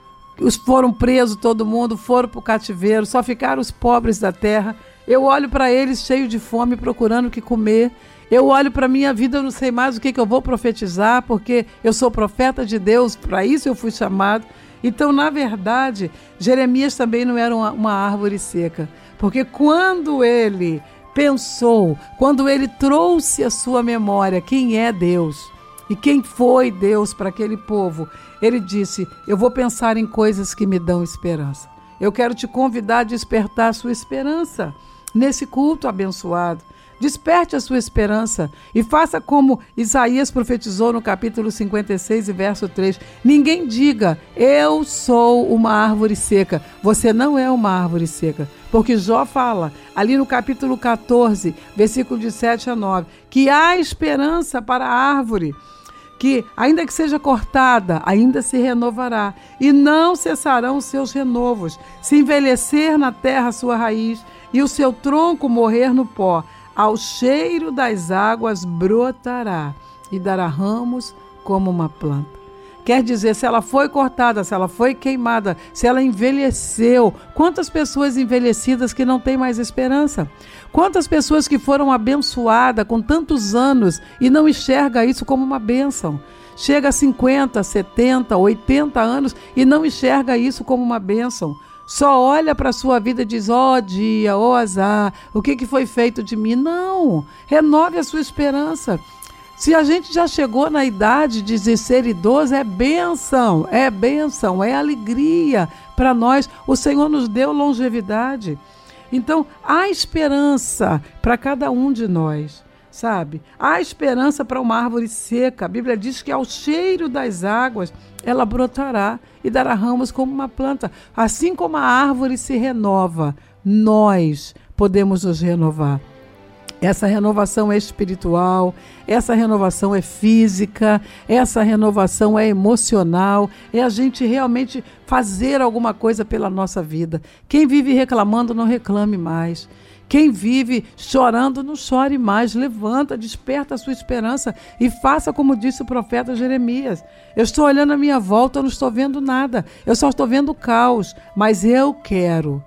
Foram presos todo mundo, foram para o cativeiro, só ficaram os pobres da terra. Eu olho para eles cheio de fome, procurando o que comer. Eu olho para a minha vida, eu não sei mais o que eu vou profetizar, porque eu sou profeta de Deus, para isso eu fui chamado. Então, na verdade, Jeremias também não era uma árvore seca, porque quando ele pensou, quando ele trouxe à sua memória quem é Deus e quem foi Deus para aquele povo, ele disse, eu vou pensar em coisas que me dão esperança. Eu quero te convidar a despertar a sua esperança nesse culto abençoado. Desperte a sua esperança e faça como Isaías profetizou no capítulo 56 e verso 3. Ninguém diga, eu sou uma árvore seca. Você não é uma árvore seca. Porque Jó fala, ali no capítulo 14, versículo de 7 a 9, que há esperança para a árvore, que ainda que seja cortada, ainda se renovará, e não cessarão os seus renovos. Se envelhecer na terra a sua raiz, e o seu tronco morrer no pó, ao cheiro das águas brotará e dará ramos como uma planta. Quer dizer, se ela foi cortada, se ela foi queimada, se ela envelheceu, quantas pessoas envelhecidas que não têm mais esperança? Quantas pessoas que foram abençoadas com tantos anos e não enxerga isso como uma bênção? Chega a 50, 70, 80 anos e não enxerga isso como uma bênção. Só olha para a sua vida e diz, ó dia, ó azar, o que foi feito de mim? Não, renove a sua esperança. Se a gente já chegou na idade de ser idoso, é bênção, é alegria para nós. O Senhor nos deu longevidade. Então, há esperança para cada um de nós, sabe? Há esperança para uma árvore seca. A Bíblia diz que ao cheiro das águas, ela brotará e dará ramos como uma planta. Assim como a árvore se renova, nós podemos nos renovar. Essa renovação é espiritual, essa renovação é física, essa renovação é emocional, é a gente realmente fazer alguma coisa pela nossa vida. Quem vive reclamando, não reclame mais. Quem vive chorando, não chore mais. Levanta, desperta a sua esperança e faça como disse o profeta Jeremias. Eu estou olhando à minha volta, eu não estou vendo nada. Eu só estou vendo caos, mas eu quero,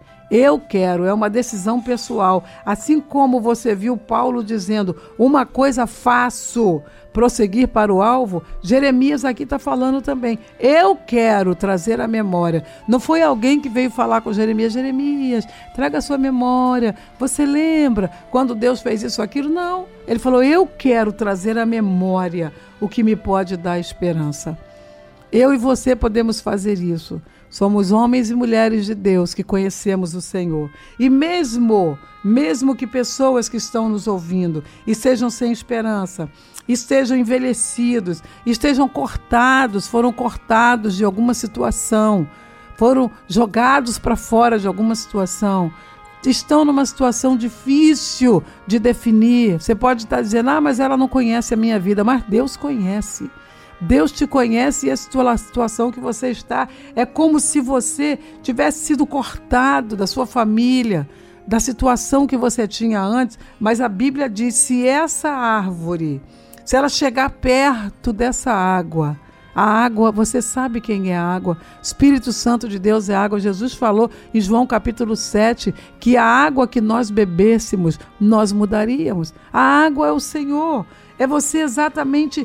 é uma decisão pessoal. Assim como você viu Paulo dizendo, uma coisa faço, prosseguir para o alvo, Jeremias aqui está falando também. Eu quero trazer a memória. Não foi alguém que veio falar com Jeremias, Jeremias, traga a sua memória. Você lembra quando Deus fez isso, aquilo? Não. Ele falou, eu quero trazer à memória o que me pode dar esperança. Eu e você podemos fazer isso. Somos homens e mulheres de Deus que conhecemos o Senhor. E mesmo que pessoas que estão nos ouvindo estejam sem esperança, estejam envelhecidos, estejam foram cortados de alguma situação, foram jogados para fora de alguma situação, estão numa situação difícil de definir. Você pode estar dizendo, mas ela não conhece a minha vida, mas Deus conhece. Deus te conhece e a situação que você está é como se você tivesse sido cortado da sua família, da situação que você tinha antes, mas a Bíblia diz, se essa árvore, se ela chegar perto dessa água, a água, você sabe quem é a água, Espírito Santo de Deus é água. Jesus falou em João capítulo 7, que a água que nós bebêssemos, nós mudaríamos. A água é o Senhor, é você exatamente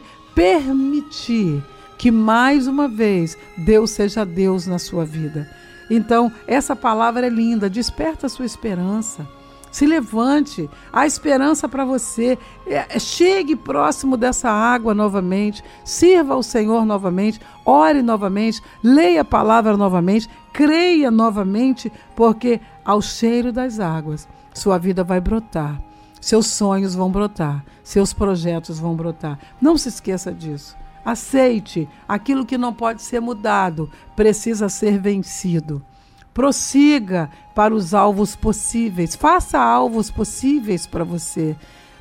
permitir que mais uma vez Deus seja Deus na sua vida. Então, essa palavra é linda, desperta a sua esperança. Se levante, há esperança para você. Chegue próximo dessa água novamente, sirva ao Senhor novamente, ore novamente, leia a palavra novamente, creia novamente, porque ao cheiro das águas, sua vida vai brotar. Seus sonhos vão brotar, seus projetos vão brotar. Não se esqueça disso. Aceite, aquilo que não pode ser mudado, precisa ser vencido. Prossiga para os alvos possíveis, faça alvos possíveis para você.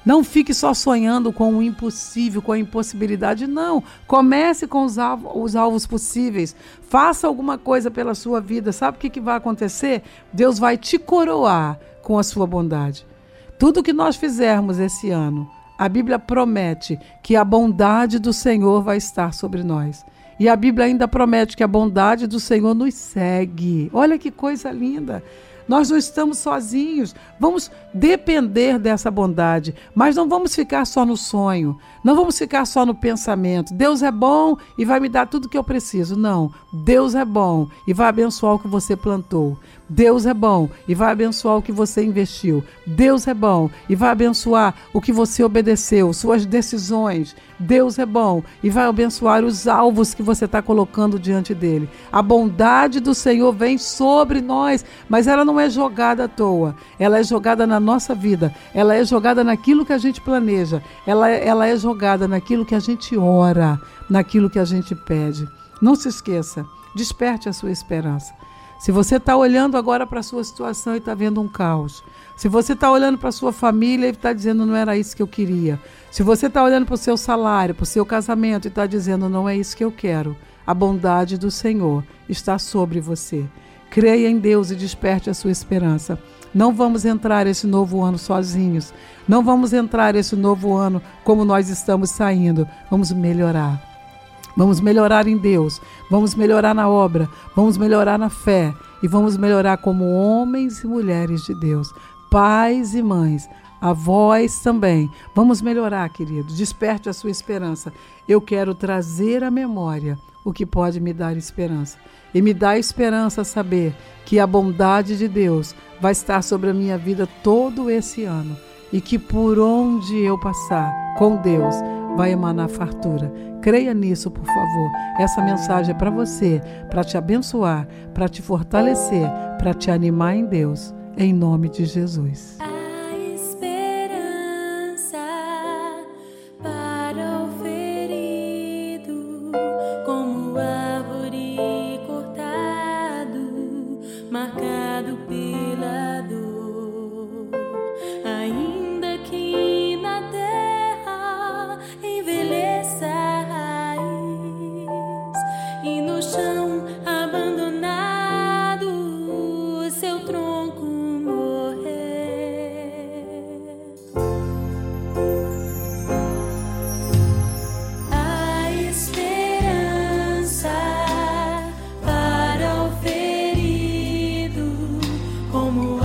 Não fique só sonhando com o impossível, com a impossibilidade. Não. Comece com os alvos possíveis. Faça alguma coisa pela sua vida. Sabe o que vai acontecer? Deus vai te coroar com a sua bondade. Tudo que nós fizermos esse ano, a Bíblia promete que a bondade do Senhor vai estar sobre nós. E a Bíblia ainda promete que a bondade do Senhor nos segue. Olha que coisa linda. Nós não estamos sozinhos, vamos depender dessa bondade, mas não vamos ficar só no sonho, não vamos ficar só no pensamento. Deus é bom e vai me dar tudo o que eu preciso. Não, Deus é bom e vai abençoar o que você plantou. Deus é bom e vai abençoar o que você investiu. Deus é bom e vai abençoar o que você obedeceu, suas decisões. Deus é bom e vai abençoar os alvos que você está colocando diante dele. A bondade do Senhor vem sobre nós, mas ela não é jogada à toa. Ela é jogada na nossa vida. Ela é jogada naquilo que a gente planeja. Ela é jogada naquilo que a gente ora, naquilo que a gente pede. Não se esqueça, desperte a sua esperança. Se você está olhando agora para a sua situação e está vendo um caos, se você está olhando para a sua família e está dizendo não era isso que eu queria, se você está olhando para o seu salário, para o seu casamento e está dizendo não é isso que eu quero, a bondade do Senhor está sobre você. Creia em Deus e desperte a sua esperança. Não vamos entrar esse novo ano sozinhos. Não vamos entrar esse novo ano como nós estamos saindo. Vamos melhorar. Vamos melhorar em Deus, vamos melhorar na obra, vamos melhorar na fé e vamos melhorar como homens e mulheres de Deus, pais e mães, avós também. Vamos melhorar, querido, desperte a sua esperança. Eu quero trazer à memória o que pode me dar esperança. E me dá esperança saber que a bondade de Deus vai estar sobre a minha vida todo esse ano e que por onde eu passar com Deus vai emanar fartura. Creia nisso, por favor. Essa mensagem é para você, para te abençoar, para te fortalecer, para te animar em Deus, em nome de Jesus. A esperança para o ferido, como árvore cortado, marcado pela dor, ainda que na terra envelheça a raiz e no chão abandonado seu tronco morrer. A esperança para o ferido, como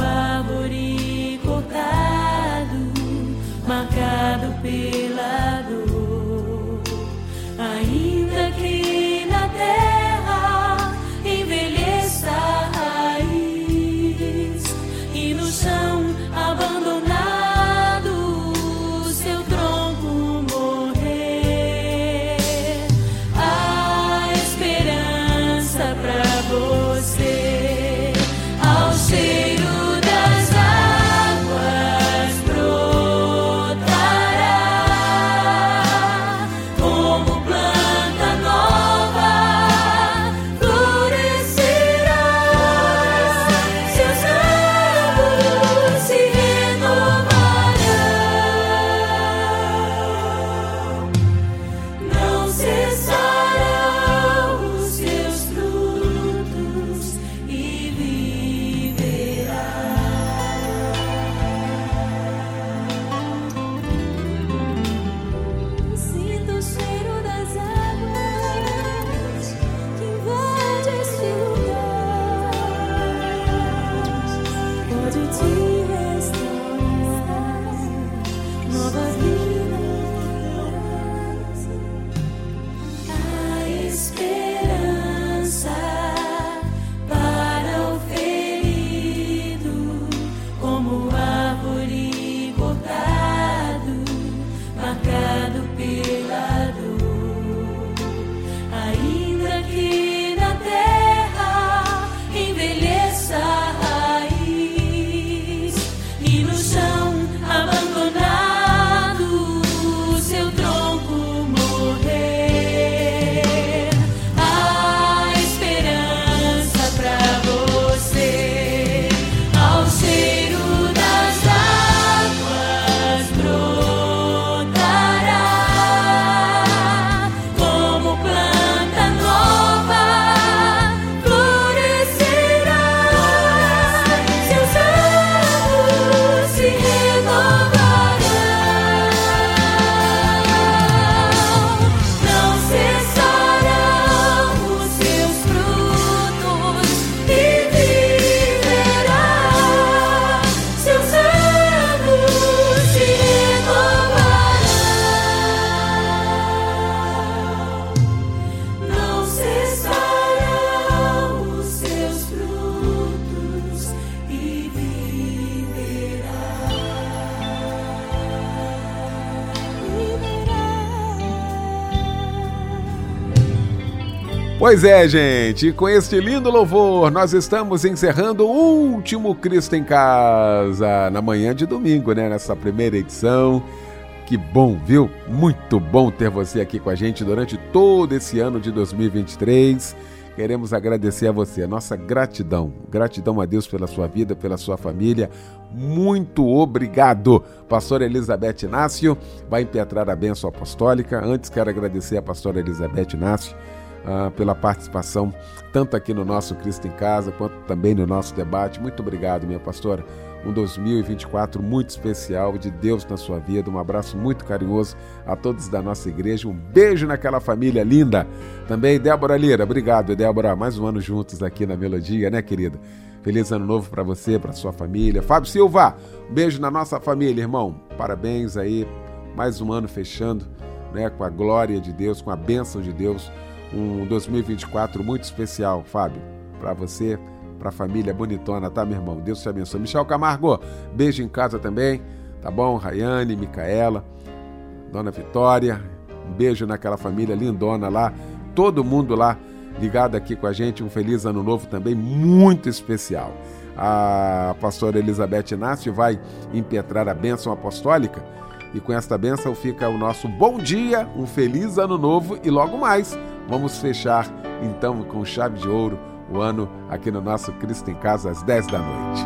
Pois é, gente, e com este lindo louvor, nós estamos encerrando o último Cristo em Casa, na manhã de domingo, né? Nessa primeira edição. Que bom, viu? Muito bom ter você aqui com a gente durante todo esse ano de 2023. Queremos agradecer a você, a nossa gratidão. Gratidão a Deus pela sua vida, pela sua família. Muito obrigado. Pastora Elizabeth Inácio vai impetrar a bênção apostólica. Antes quero agradecer a pastora Elizabeth Inácio pela participação, tanto aqui no nosso Cristo em Casa, quanto também no nosso debate. Muito obrigado, minha pastora. Um 2024 muito especial, de Deus na sua vida. Um abraço muito carinhoso a todos da nossa igreja. Um beijo naquela família linda. Também Débora Lira, obrigado, Débora. Mais um ano juntos aqui na Melodia, né, querida? Feliz ano novo para você, para sua família. Fábio Silva, um beijo na nossa família, irmão. Parabéns aí, mais um ano fechando, né, com a glória de Deus, com a bênção de Deus. Um 2024 muito especial, Fábio, para você, para a família bonitona, tá, meu irmão? Deus te abençoe. Michel Camargo, beijo em casa também, tá bom? Rayane, Micaela, Dona Vitória, um beijo naquela família lindona lá, todo mundo lá ligado aqui com a gente. Um feliz ano novo também muito especial. A pastora Elizabeth Inácio vai impetrar a bênção apostólica e com esta bênção fica o nosso bom dia, um feliz ano novo e logo mais vamos fechar então com chave de ouro o ano aqui no nosso Cristo em Casa às 10 da noite.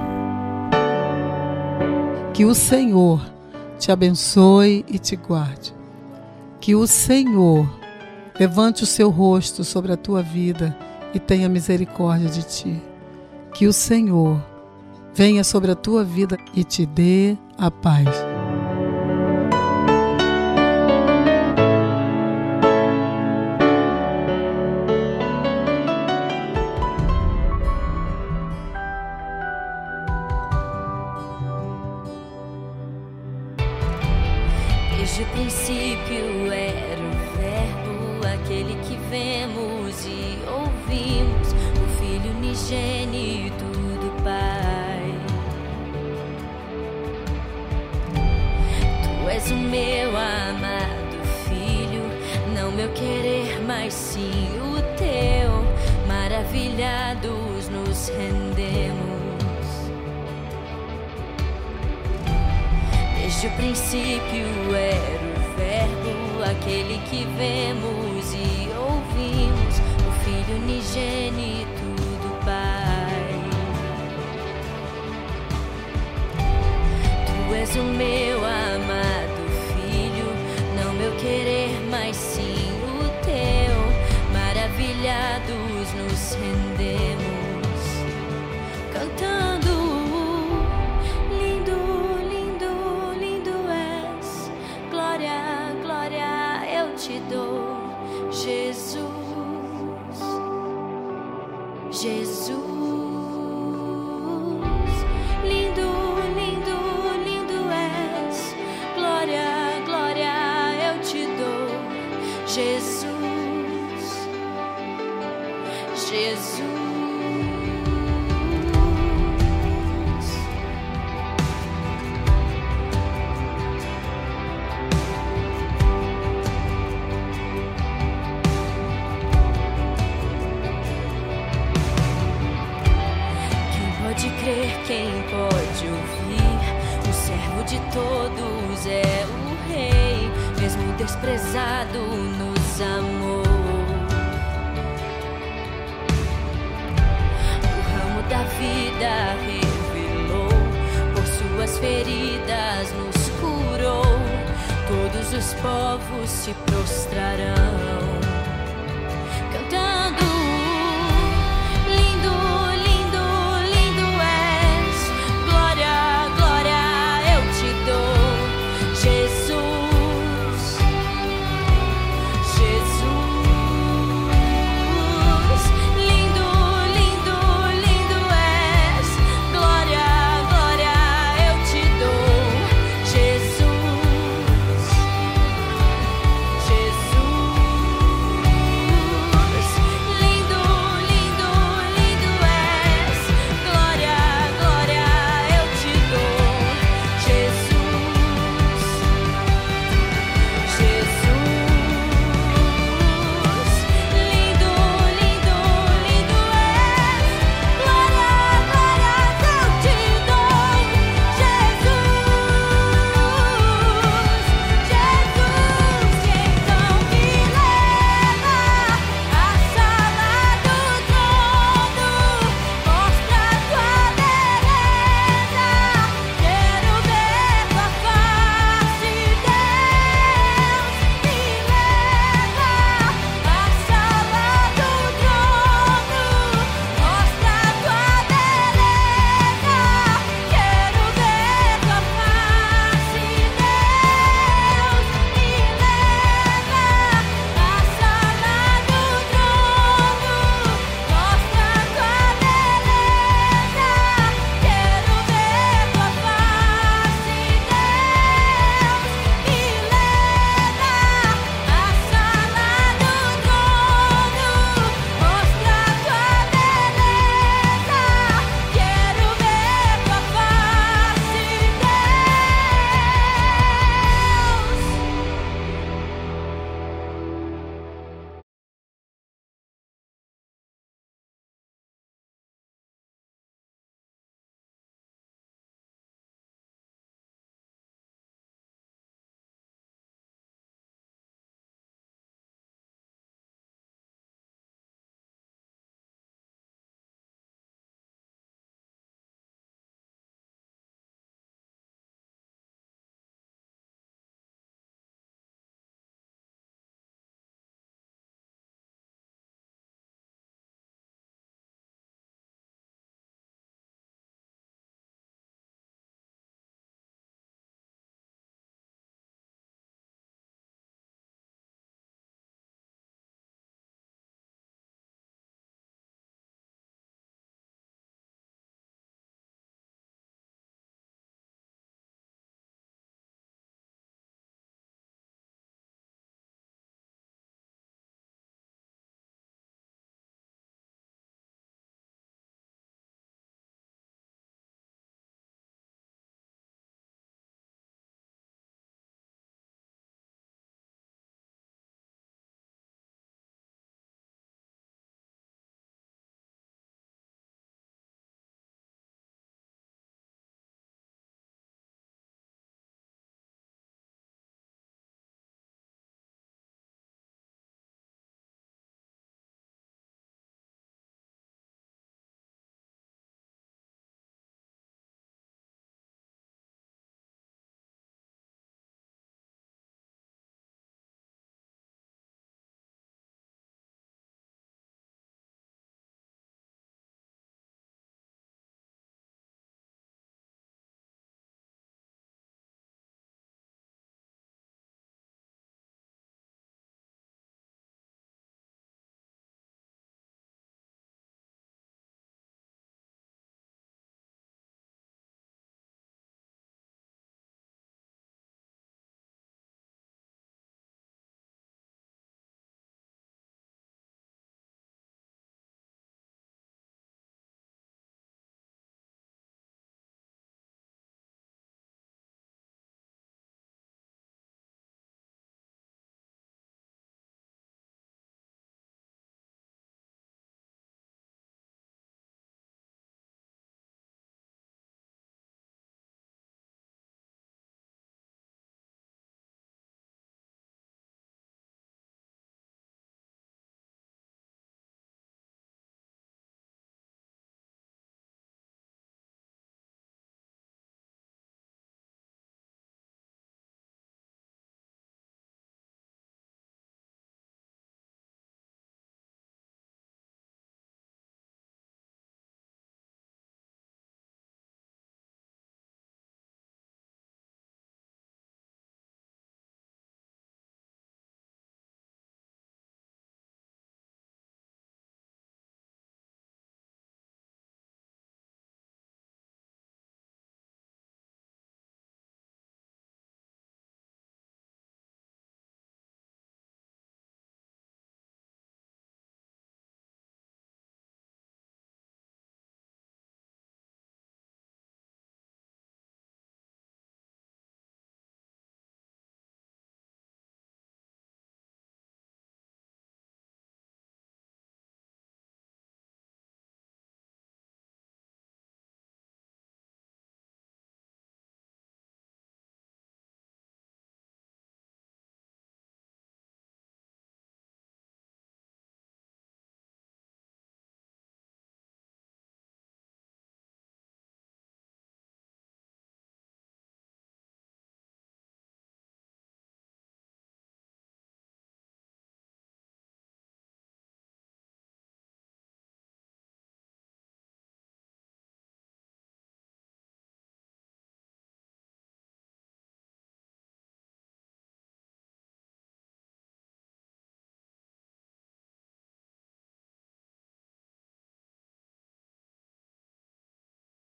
Que o Senhor te abençoe e te guarde. Que o Senhor levante o seu rosto sobre a tua vida e tenha misericórdia de ti. Que o Senhor venha sobre a tua vida e te dê a paz. Desde o princípio era o Verbo, aquele que vemos e ouvimos, o Filho unigênito do Pai. Tu és o meu amado Filho, não meu querer, mas sim o teu. Maravilhados nos rendemos. Desde o princípio era o Verbo, aquele que vemos e ouvimos, o Filho unigênito do Pai. Tu és o meu amado Filho, não meu querer, mas sim o teu. Maravilhados nos rendemos, cantando. Te dou, Jesus, Jesus, lindo, lindo, lindo és, glória, glória, eu te dou, Jesus, Jesus. Quem pode ouvir? O servo de todos é o Rei, mesmo desprezado nos amou. O ramo da vida revelou, por suas feridas nos curou. Todos os povos se prostrarão.